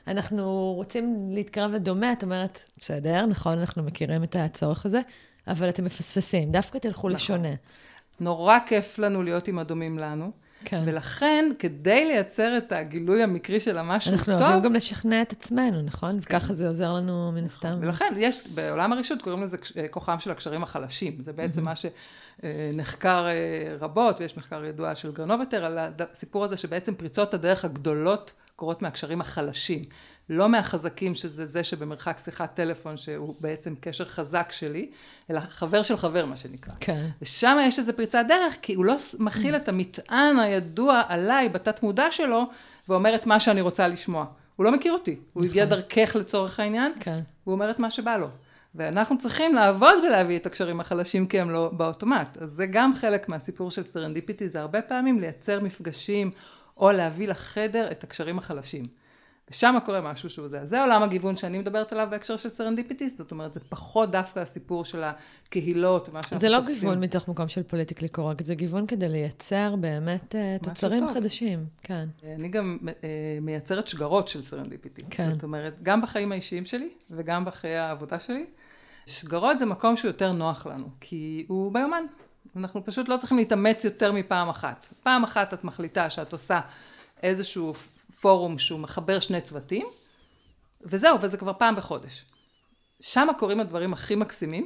אנחנו רוצים להתקרב לדומה, את אומרת, בסדר, נכון, אנחנו מכירים את הצורך הזה, אבל אתם מפספסים, דווקא תלכו לשונה. נורא כיף לנו להיות עם הדומים לנו, כן. ולכן, כדי לייצר את הגילוי המקרי של המשהו אנחנו טוב... אנחנו אוהבים גם לשכנע את עצמנו, נכון? כן. וככה זה עוזר לנו מן הסתם. ולכן, יש, בעולם הרישות קוראים לזה כוחם של הקשרים החלשים. זה בעצם מה שנחקר רבות, ויש מחקר ידוע של גרנובטר, על הסיפור הזה שבעצם פריצות הדרך הגדולות קורות מהקשרים החלשים. לא מהחזקים שזה זה שבמרחק שיחת טלפון שהוא בעצם קשר חזק שלי, אלא חבר של חבר מה שנקרא. כן. ושם יש איזו פריצת דרך, כי הוא לא מכיל את המטען הידוע עליי בתת מודע שלו, ואומר את מה שאני רוצה לשמוע. הוא לא מכיר אותי. הוא הגיע דרכך לצורך העניין, והוא אומר את מה שבא לו. ואנחנו צריכים לעבוד ולהביא את הקשרים החלשים, כי הם לא באוטומט. אז זה גם חלק מהסיפור של סרנדיפיטי, זה הרבה פעמים לייצר מפגשים, או להביא לחדר את הקשרים החלשים. ושם קורה משהו שהוא זה. זה עולם הגיוון שאני מדברת עליו בהקשר של סרנדיפיטי, זאת אומרת, זה פחות דווקא הסיפור של הקהילות. זה לא גיוון מתוך מקום של פוליטיקלי קורקט, זה גיוון כדי לייצר באמת תוצרים חדשים. כן. אני גם מייצרת שגרות של סרנדיפיטי. כן. זאת אומרת, גם בחיים האישיים שלי וגם בחיי העבודה שלי, שגרות זה מקום שהוא יותר נוח לנו, כי הוא ביומן. אנחנו פשוט לא צריכים להתאמץ יותר מפעם אחת. פעם אחת את מחליטה שאת עושה איזשהו פורום שהוא מחבר שני צוותים, וזהו, וזה כבר פעם בחודש. שם קוראים הדברים הכי מקסימים.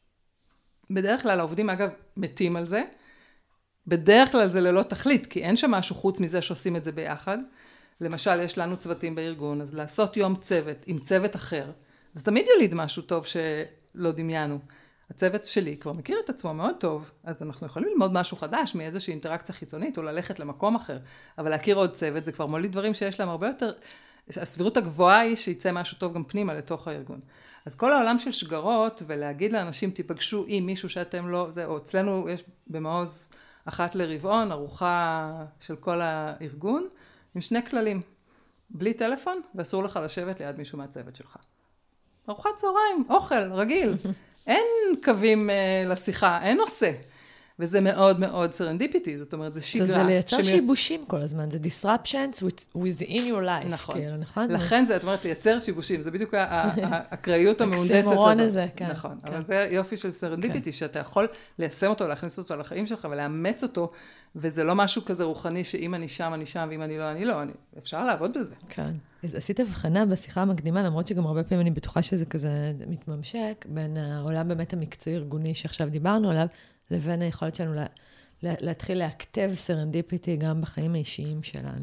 בדרך כלל העובדים, אגב, מתים על זה. בדרך כלל זה ללא תכלית, כי אין שם משהו חוץ מזה שעושים את זה ביחד. למשל, יש לנו צוותים בארגון, אז לעשות יום צוות עם צוות אחר, זה תמיד יוליד משהו טוב שלא דמיינו. הצוות שלי כבר מכיר את עצמו מאוד טוב, אז אנחנו יכולים ללמוד משהו חדש מאיזושהי אינטראקציה חיצונית, או ללכת למקום אחר, אבל להכיר עוד צוות, זה כבר מוליד דברים שיש להם הרבה יותר, הסבירות הגבוהה היא שיצא משהו טוב גם פנימה לתוך הארגון. אז כל העולם של שגרות, ולהגיד לאנשים תיפגשו עם מישהו שאתם לא, זה, או אצלנו יש במעוז אחת לרבעון, ארוחה של כל הארגון, עם שני כללים, בלי טלפון, ואסור לך לשבת ליד מישהו מהצוות שלך. ארוחת צהריים, אוכל, רגיל. אין קווים לשיחה, אין נושא. וזה מאוד מאוד סרנדיפיטי, זאת אוממת, זה שגרה. זה לייצר שיבושים כל הזמן, זה disruptions within your life. נכון. לכן זה, את אומרת, לייצר שיבושים, זה בדיוק הקראיות המהונדסת הזאת. הקסימורון הזה, כן. נכון, אבל זה יופי של סרנדיפיטי, שאתה יכול ליישם אותו, להכניס אותו לחיים שלך ולאמץ אותו, וזה לא משהו כזה רוחני, שאם אני שם, אני שם, ואם אני לא, אני לא. אפשר לעבוד בזה. כן. אז עשית הבחנה בשיחה המקדימה, למרות שגם הרבה פעמים אני בטוחה שזה כזה מתממשק, בין העולם באמת המקצועי-ארגוני שעכשיו דיברנו עליו, לבין היכולת שלנו להתחיל להכתב סרנדיפיטי גם בחיים האישיים שלנו.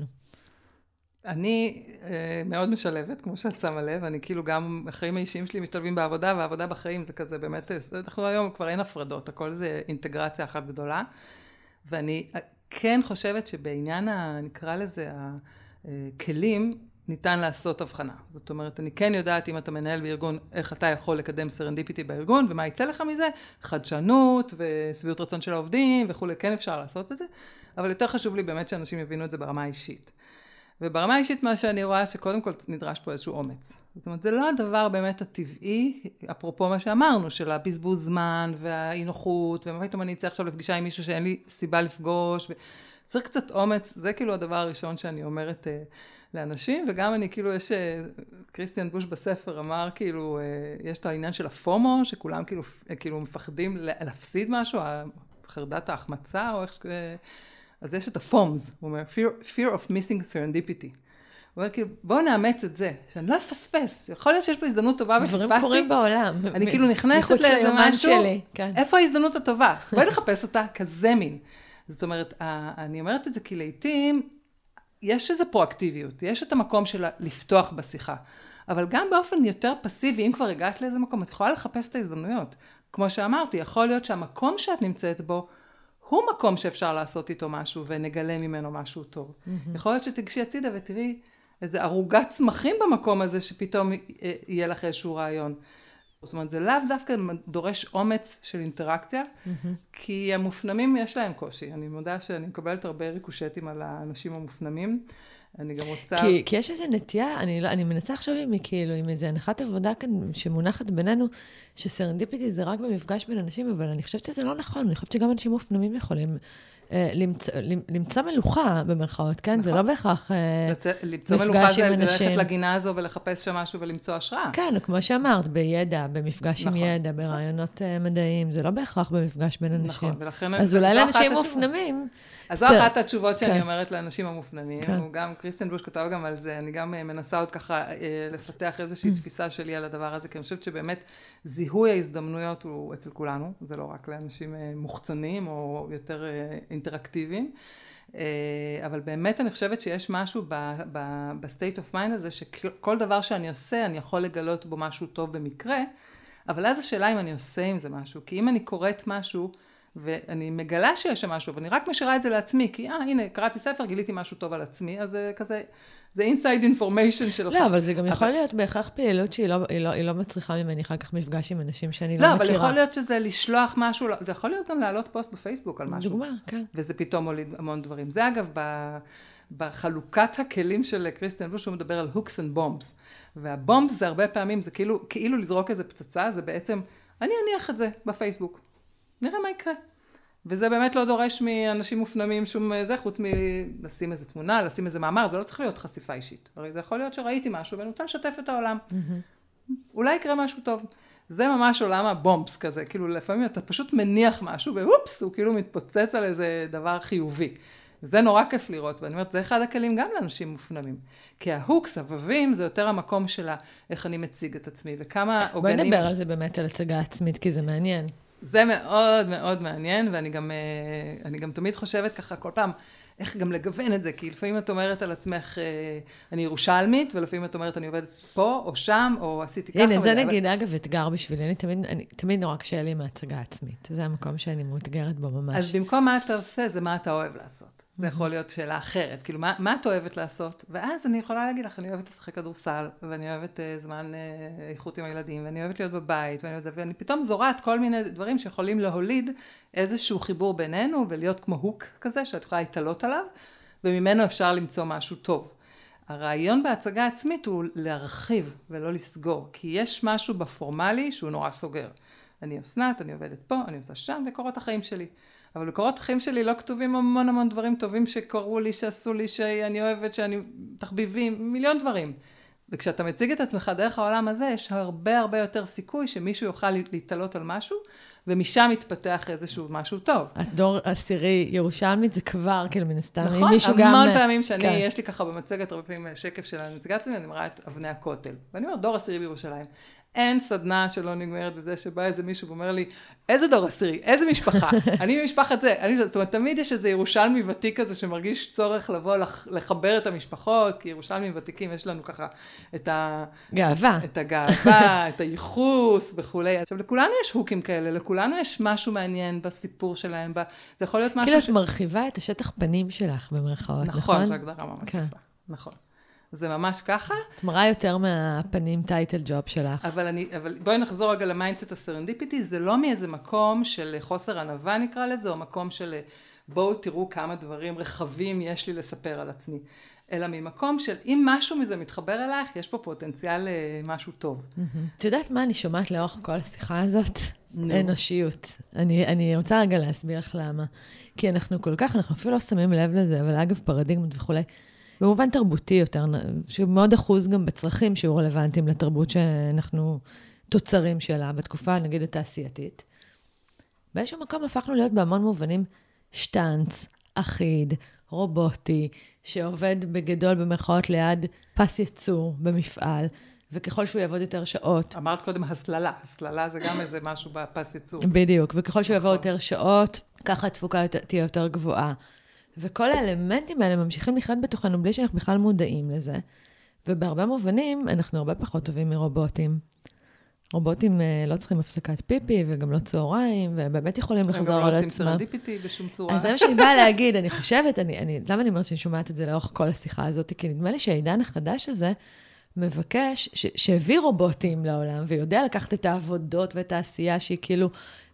אני מאוד משלבת, כמו שאת שמה לב, אני כאילו גם, החיים האישיים שלי משתלבים בעבודה, והעבודה בחיים זה כזה באמת, אנחנו היום כבר אין הפרדות, הכל זה אינטגרציה אחת גדולה, ואני כן חושבת שבעניין, נקרא לזה, הכלים, ניתן לעשות הבחנה. זאת אומרת, אני כן יודעת אם אתה מנהל בארגון, איך אתה יכול לקדם סרנדיפיטי בארגון, ומה יצא לך מזה, חדשנות וסביעות רצון של העובדים וכו', כן אפשר לעשות את זה, אבל יותר חשוב לי באמת שאנשים יבינו את זה ברמה האישית. וברמה האישית מה שאני רואה שקודם כל נדרש פה איזשהו אומץ. זאת אומרת, זה לא הדבר באמת הטבעי, אפרופו מה שאמרנו, של הבזבוז זמן והאי נוחות, ומה פתאום אני אצא עכשיו לפגישה עם מישהו שאין לי סיבה לפגוש, צריך קצת אומץ, זה כאילו הדבר הראשון שאני אומרת לאנשים, וגם אני כאילו, יש, קריסטיאן בוש בספר אמר כאילו, יש את העניין של הפומו, שכולם כאילו מפחדים להפסיד משהו, חרדת ההחמצה, או איך ש... אז יש את הפומס, הוא אומר, fear of missing serendipity. הוא אומר, כאילו, בואו נאמץ את זה, שאני לא אפספס, יכול להיות שיש פה הזדמנות טובה ופספסתי. דברים קורים בעולם. אני כאילו נכנסת לאיזה משהו, איפה ההזדמנות הטובה? בואי לחפש אותה כזה מין. זאת אומרת, אני אומרת את זה כי לעתים, יש איזו פרואקטיביות, יש את המקום של לפתוח בשיחה, אבל גם באופן יותר פסיבי, אם כבר הגעת לאיזה מקום, את יכולה לחפש את ההזדמנויות. כמו שאמרתי, יכול להיות שהמקום שאת נמצאת בו, הוא מקום שאפשר לעשות איתו משהו, ונגלה ממנו משהו טוב. יכול להיות שתגשי הצידה ותראי איזו ערוגת צמחים במקום הזה, שפתאום יהיה לך איזשהו רעיון. זאת אומרת, זה לאו דווקא דורש אומץ של אינטראקציה, כי המופנמים יש להם קושי. אני מודה שאני מקבלת הרבה ריקושטים על האנשים המופנמים. אני גם רוצה... כי יש איזו נטייה, אני מנסה עכשיו עם איזו הנחת עבודה כאן שמונחת בינינו, שסרנדיפיטי זה רק במפגש בין אנשים, אבל אני חושבת שזה לא נכון. אני חושבת שגם אנשים מופנמים יכולים למצוא מלוכה במרכאות, כן? זה לא בהכרח למצוא מלוכה זה ללכת לגינה הזו ולחפש שם משהו ולמצוא השראה. כן, כמו שאמרת, בידע, במפגש עם ידע, ברעיונות מדעיים, זה לא בהכרח במפגש בין אנשים. אז אולי לאנשים מופנמים... אז זו אחת התשובות שאני אומרת לאנשים המופנמים, גם קריסטיאן בוש כתב גם על זה, אני גם מנסה עוד ככה לפתח איזושהי תפיסה שלי על הדבר הזה, כי אני חושבת שבאמת זיהוי ההזדמנויות הוא אצל כולנו, זה לא רק לאנשים מוחצנים או יותר אינטראקטיביים, אבל באמת אני חושבת שיש משהו בסטייט אוף מיינד הזה, שכל דבר שאני עושה, אני יכול לגלות בו משהו טוב במקרה, אבל אז השאלה אם אני עושה עם זה משהו, כי אם אני קוראת משהו, ואני מגלה שיש שם משהו, ואני רק משאירה את זה לעצמי, כי הנה, קראתי ספר, גיליתי משהו טוב על עצמי, אז זה כזה, זה inside information שלך. לא, אבל זה גם יכול להיות בהכרח פעילות שהיא לא מצריכה ממני אחר כך מפגש עם אנשים שאני לא מכירה. לא, אבל יכול להיות שזה לשלוח משהו, זה יכול להיות גם להעלות פוסט בפייסבוק על משהו. דוגמה, כן. וזה פתאום הוליד המון דברים. זה אגב, בחלוקת הכלים של קריסטיאן בוש, הוא מדבר על hooks and bombs. והבומבס זה הרבה פעמים, זה כאילו לזרוק איזה פצצה, זה בעצם, אני אניח את זה בפייסבוק. נראה מה יקרה. וזה באמת לא דורש מאנשים מופנמים שום זה, חוץ מלשים איזה תמונה, לשים איזה מאמר, זה לא צריך להיות חשיפה אישית. הרי זה יכול להיות שראיתי משהו ואני רוצה לשתף את העולם. אולי יקרה משהו טוב. זה ממש עולם הבומבס כזה, כאילו לפעמים אתה פשוט מניח משהו ואופס, הוא כאילו מתפוצץ על איזה דבר חיובי. זה נורא כיף לראות, ואני אומרת, זה אחד הכלים גם לאנשים מופנמים. כי ההוקס, הבבים, זה יותר המקום שלה, איך אני מציג את עצמי, וכמה עוגנים... בואי נדבר על זה באמת, על הצגה עצמית, כי זה מעניין. זה מאוד מאוד מעניין, ואני גם תמיד חושבת ככה כל פעם, איך גם לגוון את זה, כי לפעמים את אומרת על עצמך, אני ירושלמית, ולפעמים את אומרת, אני עובדת פה או שם, או עשיתי ככה. הנה, זה נגיד, אגב, אתגר בשבילי, אני תמיד נורא קשה לי מההצגה עצמית. זה המקום שאני מאותגרת בו ממש. אז במקום מה אתה עושה, זה מה אתה אוהב לעשות. זה יכול להיות שאלה אחרת, כאילו, מה את אוהבת לעשות? ואז אני יכולה להגיד לך, אני אוהבת לשחק כדורסל, ואני אוהבת זמן איכות עם הילדים, ואני אוהבת להיות בבית, ואני פתאום זורעת כל מיני דברים שיכולים להוליד איזשהו חיבור בינינו, ולהיות כמו הוק כזה, שאת יכולה להתעלות עליו, וממנו אפשר למצוא משהו טוב. הרעיון בהצגה עצמית הוא להרחיב ולא לסגור, כי יש משהו בפורמלי שהוא נורא סוגר. אני אסנת, אני עובדת פה, אני עושה שם, וקורות החיים שלי. אבל בקורות החיים שלי לא כתובים המון המון דברים טובים שקראו לי, שעשו לי, שאני אוהבת, שאני תחביבים, מיליון דברים. וכשאתה מציג את עצמך דרך העולם הזה, יש הרבה הרבה יותר סיכוי שמישהו יוכל להתעלות על משהו, ומשם יתפתח איזשהו משהו טוב. הדור עשירי ירושלמית זה כבר, כאילו מן הסתם. נכון, המון פעמים שאני, יש לי ככה במצגת, הרבה פעמים שקף של הנציגת עצמי, אני מראה את אבני הכותל. ואני אומרת, דור עשירי בירושלים. אין סדנה שלא נגמרת בזה שבא איזה מישהו ואומר לי, איזה דור עשירי, איזה משפחה, אני ממשפחת זה, זאת אומרת, תמיד יש איזה ירושלמי ותיק כזה שמרגיש צורך לבוא לחבר את המשפחות, כי ירושלמים ותיקים יש לנו ככה את גאווה. את הגאווה, את הייחוס וכולי. עכשיו, לכולנו יש הוקים כאלה, לכולנו יש משהו מעניין בסיפור שלהם, זה יכול להיות משהו כאילו את מרחיבה את השטח פנים שלך במרכאות, נכון? נכון, זו הגדרה ממש יפה, נכון. זה ממש ככה. את מראה יותר מהפנים טייטל ג'וב שלך. אבל בואי נחזור רגע למיינדסט הסרנדיפיטי, זה לא מאיזה מקום של חוסר ענווה נקרא לזה, או מקום של בואו תראו כמה דברים רחבים יש לי לספר על עצמי, אלא ממקום של אם משהו מזה מתחבר אלייך, יש פה פוטנציאל משהו טוב. את יודעת מה אני שומעת לאורך כל השיחה הזאת? אנושיות. אני רוצה רגע להסביר לך למה. כי אנחנו אפילו לא שמים לב לזה, אבל אגב פרדיגמות וכולי, במובן תרבותי יותר, שמאוד אחוז גם בצרכים שיהיו רלוונטיים לתרבות שאנחנו תוצרים שלה, בתקופה נגיד התעשייתית. באיזשהו מקום הפכנו להיות בהמון מובנים שטנץ, אחיד, רובוטי, שעובד בגדול במרכאות ליד פס ייצור במפעל, וככל שהוא יעבוד יותר שעות. אמרת קודם הסללה זה גם איזה משהו בפס ייצור. בדיוק, וככל שהוא יעבוד יותר שעות, ככה התפוקה תהיה יותר גבוהה. וכל האלמנטים האלה ממשיכים לחיות בתוכנו בלי שאנחנו בכלל מודעים לזה. ובהרבה מובנים אנחנו הרבה פחות טובים מרובוטים. רובוטים לא צריכים הפסקת פיפי וגם לא צהריים, ובאמת יכולים לחזור על עצמם. הם גם לא עושים סרנדיפיטי בשום צורה. אז זה מה שאני באה להגיד, אני חושבת, למה אני אומרת שאני שומעת את זה לאורך כל השיחה הזאת? כי נדמה לי שהעידן החדש הזה מבקש, שהביא רובוטים לעולם, ויודע לקחת את העבודות ואת העשייה שהיא כאילו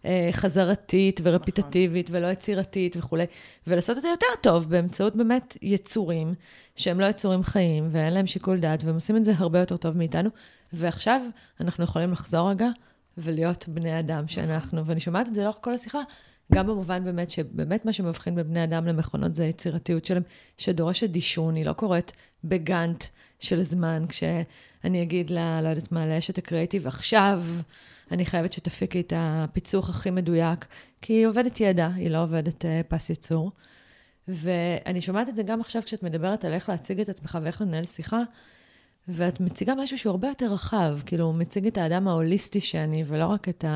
חזרתית ורפיטטיבית ולא יצירתית וכו', ולעשות אותה יותר טוב באמצעות באמת יצורים, שהם לא יצורים חיים, ואין להם שיקול דעת, והם עושים את זה הרבה יותר טוב מאיתנו, ועכשיו אנחנו יכולים לחזור רגע ולהיות בני אדם שאנחנו, ואני שומעת את זה לאורך כל השיחה, גם במובן באמת שבאמת מה שמבחין בבני אדם למכונות זה היצירתיות שלהם, שדורשת דישון, היא לא קורית בגנט של זמן, כשאני אגיד לה, לא יודעת מה, לאשת הקריאיטיב, עכשיו אני חייבת שתפיקי את הפיצוח הכי מדויק, כי היא עובדת ידע, היא לא עובדת פס ייצור. ואני שומעת את זה גם עכשיו כשאת מדברת על איך להציג את עצמך ואיך לנהל שיחה, ואת מציגה משהו שהוא הרבה יותר רחב, כאילו הוא מציג את האדם ההוליסטי שאני, ולא רק את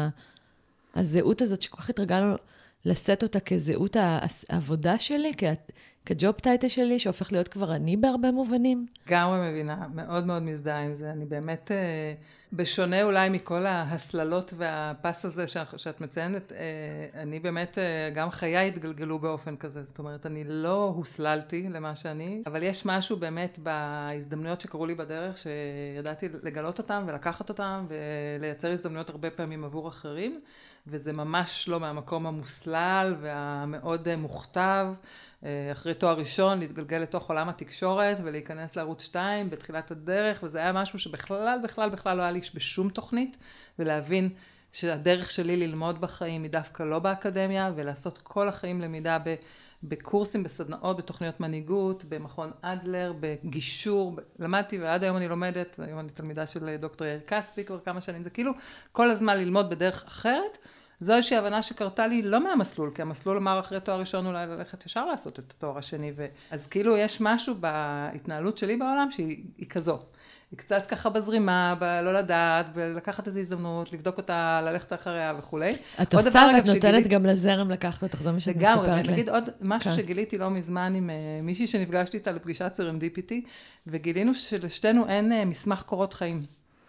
הזהות הזאת שכל כך התרגלנו לשאת אותה כזהות העבודה שלי, כג'וב טייטל שלי, שהופך להיות כבר אני בהרבה מובנים. גם מבינה, מאוד מאוד מזדהה עם זה. אני באמת, בשונה אולי מכל ההסללות והפס הזה שאת מציינת, אני באמת, גם חיי התגלגלו באופן כזה. זאת אומרת, אני לא הוסללתי למה שאני, אבל יש משהו באמת בהזדמנויות שקרו לי בדרך, שידעתי לגלות אותם ולקחת אותם, ולייצר הזדמנויות הרבה פעמים עבור אחרים, וזה ממש לא מהמקום המוסלל והמאוד מוכתב. אחרי תואר ראשון, להתגלגל לתוך עולם התקשורת ולהיכנס לערוץ 2 בתחילת הדרך, וזה היה משהו שבכלל לא היה לי בשום תוכנית, ולהבין שהדרך שלי ללמוד בחיים היא דווקא לא באקדמיה, ולעשות כל החיים למידה בקורסים, בסדנאות, בתוכניות מנהיגות, במכון אדלר, בגישור, למדתי ועד היום אני לומדת, היום אני תלמידה של דוקטור יאיר כספי כבר כמה שנים, זה כאילו כל הזמן ללמוד בדרך אחרת, זו איזושהי הבנה שקרתה לי לא מהמסלול, כי המסלול אמר אחרי תואר ראשון אולי ללכת ישר לעשות את התואר השני, אז כאילו יש משהו בהתנהלות שלי בעולם שהיא כזו. היא קצת ככה בזרימה, לא לדעת, ולקחת איזו הזדמנות, לבדוק אותה, ללכת אחריה וכו'. את עושה ואת נותנת גם לזרם לקחת אותך, זה מה שאת מספרת לי. לגמרי, נגיד עוד משהו שגיליתי לא מזמן עם מישהי שנפגשתי איתה לפגישת סרנדיפיטי, וגילינו שלשתינו אין מסמך קורות חיים.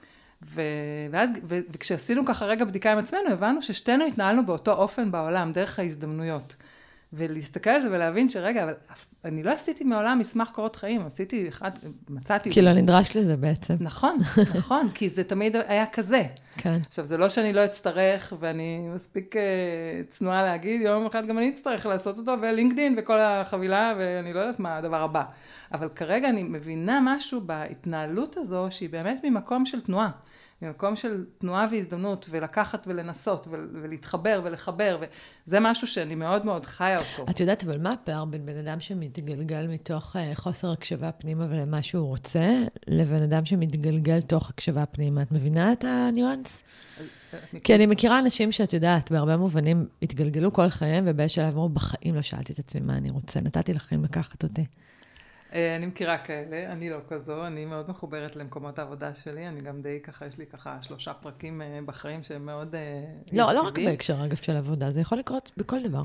וכשעשינו ככה רגע בדיקה עם עצמנו, הבנו ששתינו התנהלנו באותו אופן בעולם, דרך ההזדמנויות. ולהסתכל על זה ולהבין שרגע, אבל אני לא עשיתי מעולם מסמך קורות חיים, מצאתי... כי לא נדרש לזה בעצם. נכון, כי זה תמיד היה כזה. כן. עכשיו, זה לא שאני לא אצטרך, ואני מספיק צנועה להגיד, יום אחד גם אני אצטרך לעשות אותו, ולינקדין וכל החבילה, ואני לא יודעת מה הדבר הבא. אבל כרגע אני מבינה משהו בהתנהלות הזו, שהיא באמת ממקום של תנועה. ממקום של תנועה והזדמנות, ולקחת ולנסות, ולהתחבר ולחבר, וזה משהו שאני מאוד מאוד חיה אותו. את יודעת, אבל מה הפער בין בן אדם שמתגלגל מתוך חוסר הקשבה פנימה ולמה שהוא רוצה, לבן אדם שמתגלגל תוך הקשבה פנימה? את מבינה את הניואנס? כי אני מכירה אנשים שאת יודעת, בהרבה מובנים התגלגלו כל חייהם, ובאיזשהו שלב אמרו, בחיים לא שאלתי את עצמי מה אני רוצה, נתתי לכם לקחת אותי. אני מכירה כאלה, אני לא כזו, אני מאוד מחוברת למקומות העבודה שלי, אני גם די ככה, יש לי ככה 3 פרקים בחיים שהם מאוד יציבים. לא רק בהקשר, אגב, של עבודה, זה יכול לקרות בכל דבר.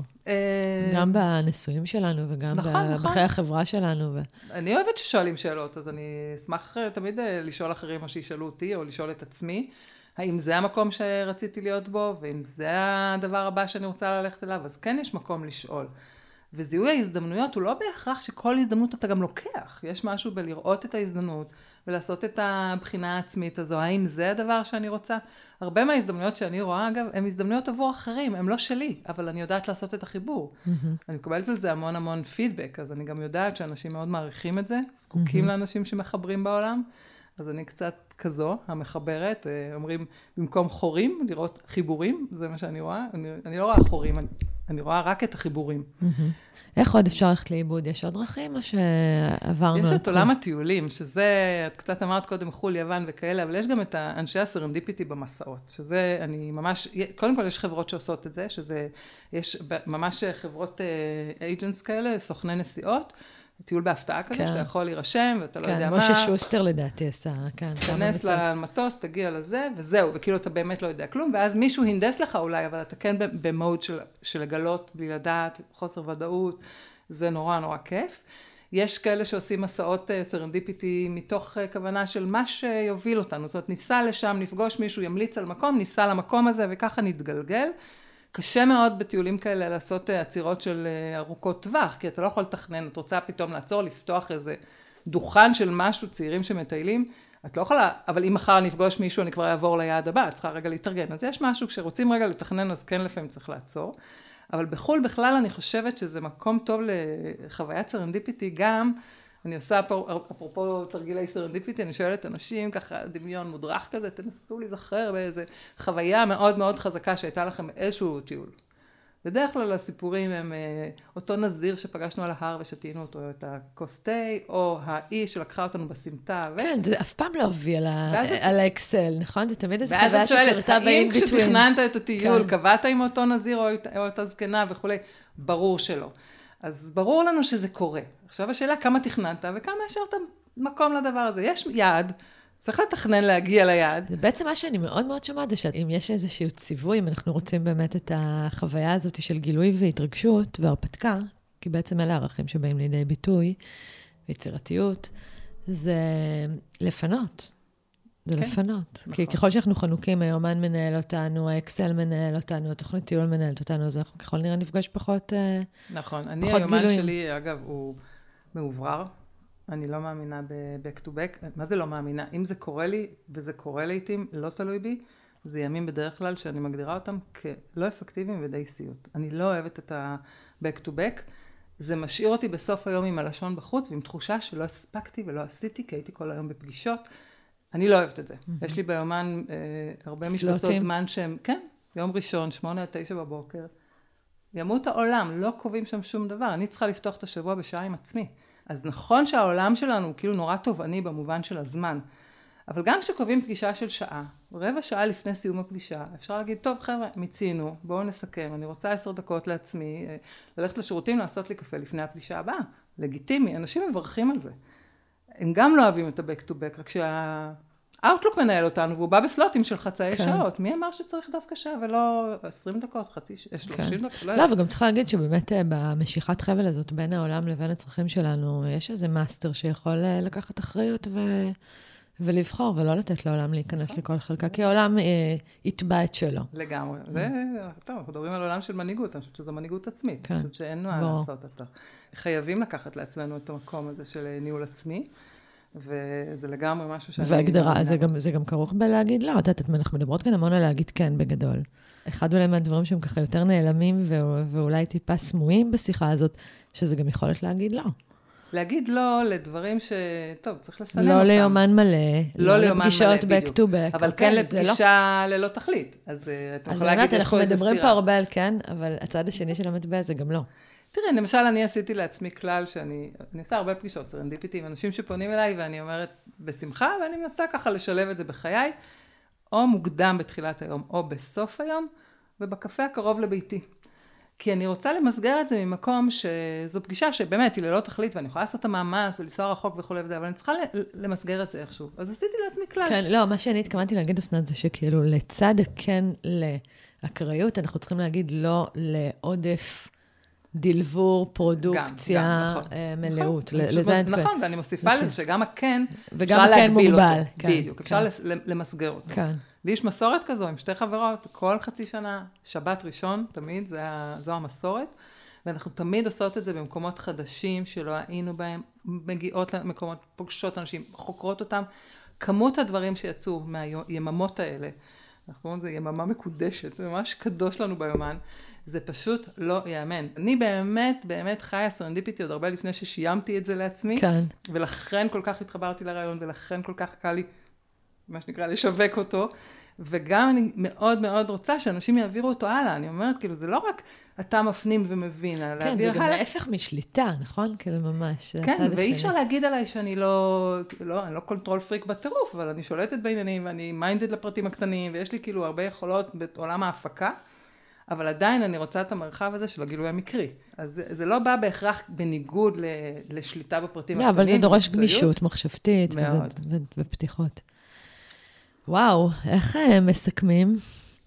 גם בניסויים שלנו וגם בחיי החברה שלנו. אני אוהבת ששואלים שאלות, אז אני אשמח תמיד לשאול אחרים או שישאלו אותי, או לשאול את עצמי, האם זה המקום שרציתי להיות בו, ואם זה הדבר הבא שאני רוצה ללכת אליו, אז כן יש מקום לשאול. וזיהוי ההזדמנויות הוא לא בהכרח שכל הזדמנות אתה גם לוקח. יש משהו בלראות את ההזדמנות ולעשות את הבחינה העצמית הזו. האם זה הדבר שאני רוצה? הרבה מההזדמנויות שאני רואה, אגב, הן הזדמנויות עבור אחרים, הן לא שלי, אבל אני יודעת לעשות את החיבור. אני מקבלת על זה המון המון פידבק, אז אני גם יודעת שאנשים מאוד מעריכים את זה, זקוקים לאנשים שמחברים בעולם. אז אני קצת כזו, המחברת, אומרים, במקום חורים, לראות חיבורים, זה מה שאני רואה. אני לא רואה חורים, אני רואה רק את החיבורים. איך עוד אפשר ללכת לאיבוד? יש עוד דרכים או שעברנו? יש את עולם הטיולים, שזה, את קצת אמרת קודם חול, יוון וכאלה, אבל יש גם את אנשי הסרנדיפיטי במסעות, שזה אני ממש, קודם כל יש חברות שעושות את זה, שזה, יש ממש חברות agents כאלה, סוכני נסיעות, טיול בהפתעה כזה, שאתה יכול להירשם, ואתה לא יודע מה. כן, משה שוסטר לדעתי עשה, כן. תכנס למטוס, תגיע לזה, וזהו, וכאילו אתה באמת לא יודע כלום, ואז מישהו הינדס לך אולי, אבל אתה כן במוד של לגלות, בלי לדעת, חוסר ודאות, זה נורא נורא כיף. יש כאלה שעושים מסעות סרנדיפיטי מתוך כוונה של מה שיוביל אותנו, זאת אומרת, ניסה לשם, נפגוש מישהו, ימליץ על מקום, ניסה למקום הזה, וככה נתגלגל. קשה מאוד בטיולים כאלה לעשות עצירות של ארוכות טווח, כי אתה לא יכול לתכנן, את רוצה פתאום לעצור, לפתוח איזה דוכן של משהו, צעירים שמטיילים, את לא יכולה, אבל אם מחר נפגוש מישהו, אני כבר אעבור ליעד הבא, את צריכה רגע להתארגן. אז יש משהו, כשרוצים רגע לתכנן, אז כן לפעמים צריך לעצור. אבל בחול בכלל אני חושבת שזה מקום טוב לחוויית סרנדיפיטי גם, אני עושה, אפרופו תרגילי סרנדיפיטי, אני שואלת אנשים ככה, דמיון מודרך כזה, תנסו להיזכר באיזה חוויה מאוד מאוד חזקה שהייתה לכם איזשהו טיול. בדרך כלל הסיפורים הם אותו נזיר שפגשנו על ההר ושתינו אותו, את הקוסטי, או האי שלקחה אותנו בסמטה. כן, זה אף פעם לא הביא על האקסל, נכון? זה תמיד איזו חוויה שקרתה באין ביטווין. האם כשתכננת את הטיול, קבעת עם אותו נזיר או את הזקנה וכו', ברור שלא. אז ברור לנו שזה קורה. עכשיו השאלה כמה תכננת וכמה השארת מקום לדבר הזה. יש יעד, צריך לתכנן להגיע ליעד. זה בעצם מה שאני מאוד מאוד שומעת, זה שאם יש איזשהו ציווי, אם אנחנו רוצים באמת את החוויה הזאת של גילוי והתרגשות והרפתקה, כי בעצם אלה הערכים שבאים לידי ביטוי, ויצירתיות, זה לפנות. זה לפנות. נכון. כי ככל שאנחנו חנוקים, היומן מנהל אותנו, האקסל מנהל אותנו, התוכנית טיול מנהלת אותנו, אז אנחנו ככל נראה נפגש פחות נכון. אני, היומן שלי, אגב, הוא מעוברר. אני לא מאמינה ב-back to back. מה זה לא מאמינה? אם זה קורה לי, וזה קורה לעתים, לא תלוי בי, זה ימים בדרך כלל שאני מגדירה אותם כלא אפקטיביים ודי סיוט. אני לא אוהבת את ה-back to back. זה משאיר אותי בסוף היום עם הלשון בחוץ, ועם תחושה שלא הספקתי ולא עשיתי, כי הייתי כל היום בפגישות. אני לא אוהבת את זה. יש לי ביומן הרבה משבצות זמן שהם, כן, יום ראשון, 8-9 בבוקר. ימות העולם, לא קובעים שם שום דבר. אני צריכה לפתוח את השבוע בשעה עם עצמי. אז נכון שהעולם שלנו הוא כאילו נורא תובעני במובן של הזמן. אבל גם כשקובעים פגישה של שעה, רבע שעה לפני סיום הפגישה, אפשר להגיד, טוב חבר'ה, מיצינו, בואו נסכם, אני רוצה 10 דקות לעצמי, ללכת לשירותים, לעשות לי קפה לפני הפגישה הבאה. לגיטימי, אנשים מברכים על זה. הם גם לא אוהבים את ה-back to back, רק שהאוטלוק מנהל אותנו, והוא בא בסלוטים של חצאי שעות. מי אמר שצריך דווקא שעה ולא 20 דקות, 30 דקות? לא, וגם צריך להגיד שבאמת במשיכת חבל הזאת, בין העולם לבין הצרכים שלנו, יש איזה מאסטר שיכול לקחת אחריות ולבחור, ולא לתת לעולם להיכנס לכל חלקה, כי העולם יתבע את שלו. לגמרי. טוב, אנחנו מדברים על עולם של מנהיגות, אני חושבת שזו מנהיגות עצמית. אני חושבת שאין מה לעשות אותה. חייבים לקחת לעצמנו את המקום הזה של ניהול עצמי, וזה לגמרי משהו שאני... והגדרה, זה גם כרוך בלהגיד לא, אנחנו מדברות כאן המון על להגיד כן בגדול. אחד אולי מהדברים שהם ככה יותר נעלמים, ואולי טיפה סמויים בשיחה הזאת, שזה גם יכולת להגיד לא. להגיד לא לדברים טוב, צריך לסנן אותם. לא ליומן מלא, לא לפגישות back to back. אבל כן לפגישה ללא תכלית. אז אתה יכול להגיד, יש פה איזה סתירה. מדברים פה הרבה על כן, אבל הצד השני של המטבע זה גם לא. תראה, למשל, אני עשיתי לעצמי כלל שאני עושה הרבה פגישות סרנדיפיטי עם אנשים שפונים אליי, ואני אומרת בשמחה, ואני מנסה ככה לשלב את זה בחיי, או מוקדם בתחילת היום, או בסוף היום, ובקפה הקרוב לביתי. כי אני רוצה למסגר את זה ממקום שזו פגישה שבאמת היא ללא תכלית, ואני יכולה לעשות את המאמץ ולנסוע רחוק וכו' וזה, אבל אני צריכה למסגר את זה איכשהו. אז עשיתי לעצמי כלל. כן, לא, מה שאני התכוונתי להגיד, אסנת, זה שכאילו לצד הכן לאקראיות, אנחנו צריכים להגיד לא לעודף דלבור, פרודוקציה, מלאות. נכון, ואני מוסיפה לזה שגם הכן, וגם הכן מוגבל. בדיוק, אפשר למסגר אותו. לי יש מסורת כזו עם שתי חברות, כל חצי שנה, שבת ראשון, תמיד, זו המסורת, ואנחנו תמיד עושות את זה במקומות חדשים שלא היינו בהם, מגיעות למקומות, פוגשות אנשים, חוקרות אותם, כמות הדברים שיצאו מהיממות האלה, אנחנו קוראים לזה יממה מקודשת, זה ממש קדוש לנו ביומן, זה פשוט לא יאמן. אני באמת חיה סרנדיפיטי עוד הרבה לפני ששיימתי את זה לעצמי, כן. ולכן כל כך התחברתי לרעיון, ולכן כל כך קל לי, מה שנקרא, לשווק אותו, וגם אני מאוד מאוד רוצה שאנשים יעבירו אותו הלאה. אני אומרת, כאילו, זה לא רק אתה מפנים ומבין, אלא כן, זה גם להפך משליטה, נכון? כאילו ממש, כן, ואי אפשר להגיד עליי שאני אני לא קונטרול פריק בטירוף, אבל אני שולטת בעניינים, ואני מיינדד לפרטים הקטנים, ויש לי כאילו הרבה יכולות בעולם ההפקה, אבל עדיין אני רוצה את המרחב הזה של הגילוי המקרי. אז זה לא בא בהכרח בניגוד לשליטה בפרטים הקטנים. אבל זה דורש גמישות מחשבתית ופתיחות. וואו, איך מסכמים?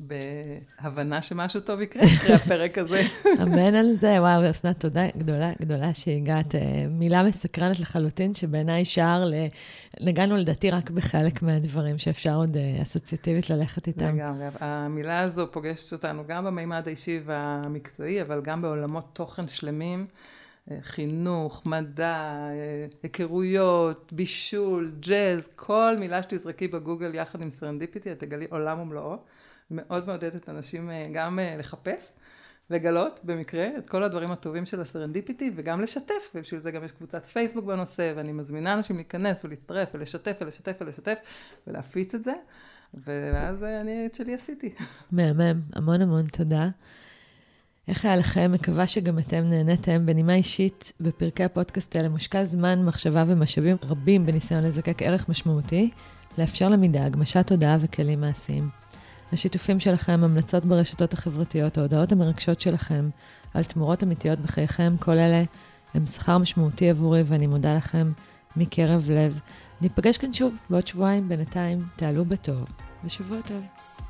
בהבנה שמשהו טוב יקרה אחרי הפרק הזה. אמן על זה. וואו, אסנת, תודה גדולה שהגעת. מילה מסקרנת לחלוטין, שבעיניי שער נגענו לדעתי רק בחלק מהדברים שאפשר עוד אסוציאטיבית ללכת איתם. לגמרי. המילה הזו פוגשת אותנו גם במימד האישי והמקצועי, אבל גם בעולמות תוכן שלמים, חינוך, מדע, היכרויות, בישול, ג'אז, כל מילה שתזרקי בגוגל יחד עם סרנדיפיטי, את תגלי עולם ומלואו. מאוד מעודדת אנשים גם לחפש, לגלות במקרה את כל הדברים הטובים של הסרנדיפיטי, וגם לשתף, ובשביל זה גם יש קבוצת פייסבוק בנושא, ואני מזמינה אנשים להיכנס ולהצטרף ולשתף ולהפיץ את זה, ואז אני את שלי עשיתי. מהמם, המון תודה. איך היה לכם? מקווה שגם אתם נהנתם. בנימה אישית, בפרקי הפודקאסט האלה מושקע זמן, מחשבה ומשאבים רבים בניסיון לזקק ערך משמעותי, לאפשר למידה, הגמשת תודעה וכלים מעשיים. השיתופים שלכם, המלצות ברשתות החברתיות, ההודעות המרגשות שלכם על תמורות אמיתיות בחייכם, כל אלה הם שכר משמעותי עבורי, ואני מודה לכם מקרב לב. ניפגש כאן שוב בעוד שבועיים, בינתיים תעלו בטוב, ושבוע טוב.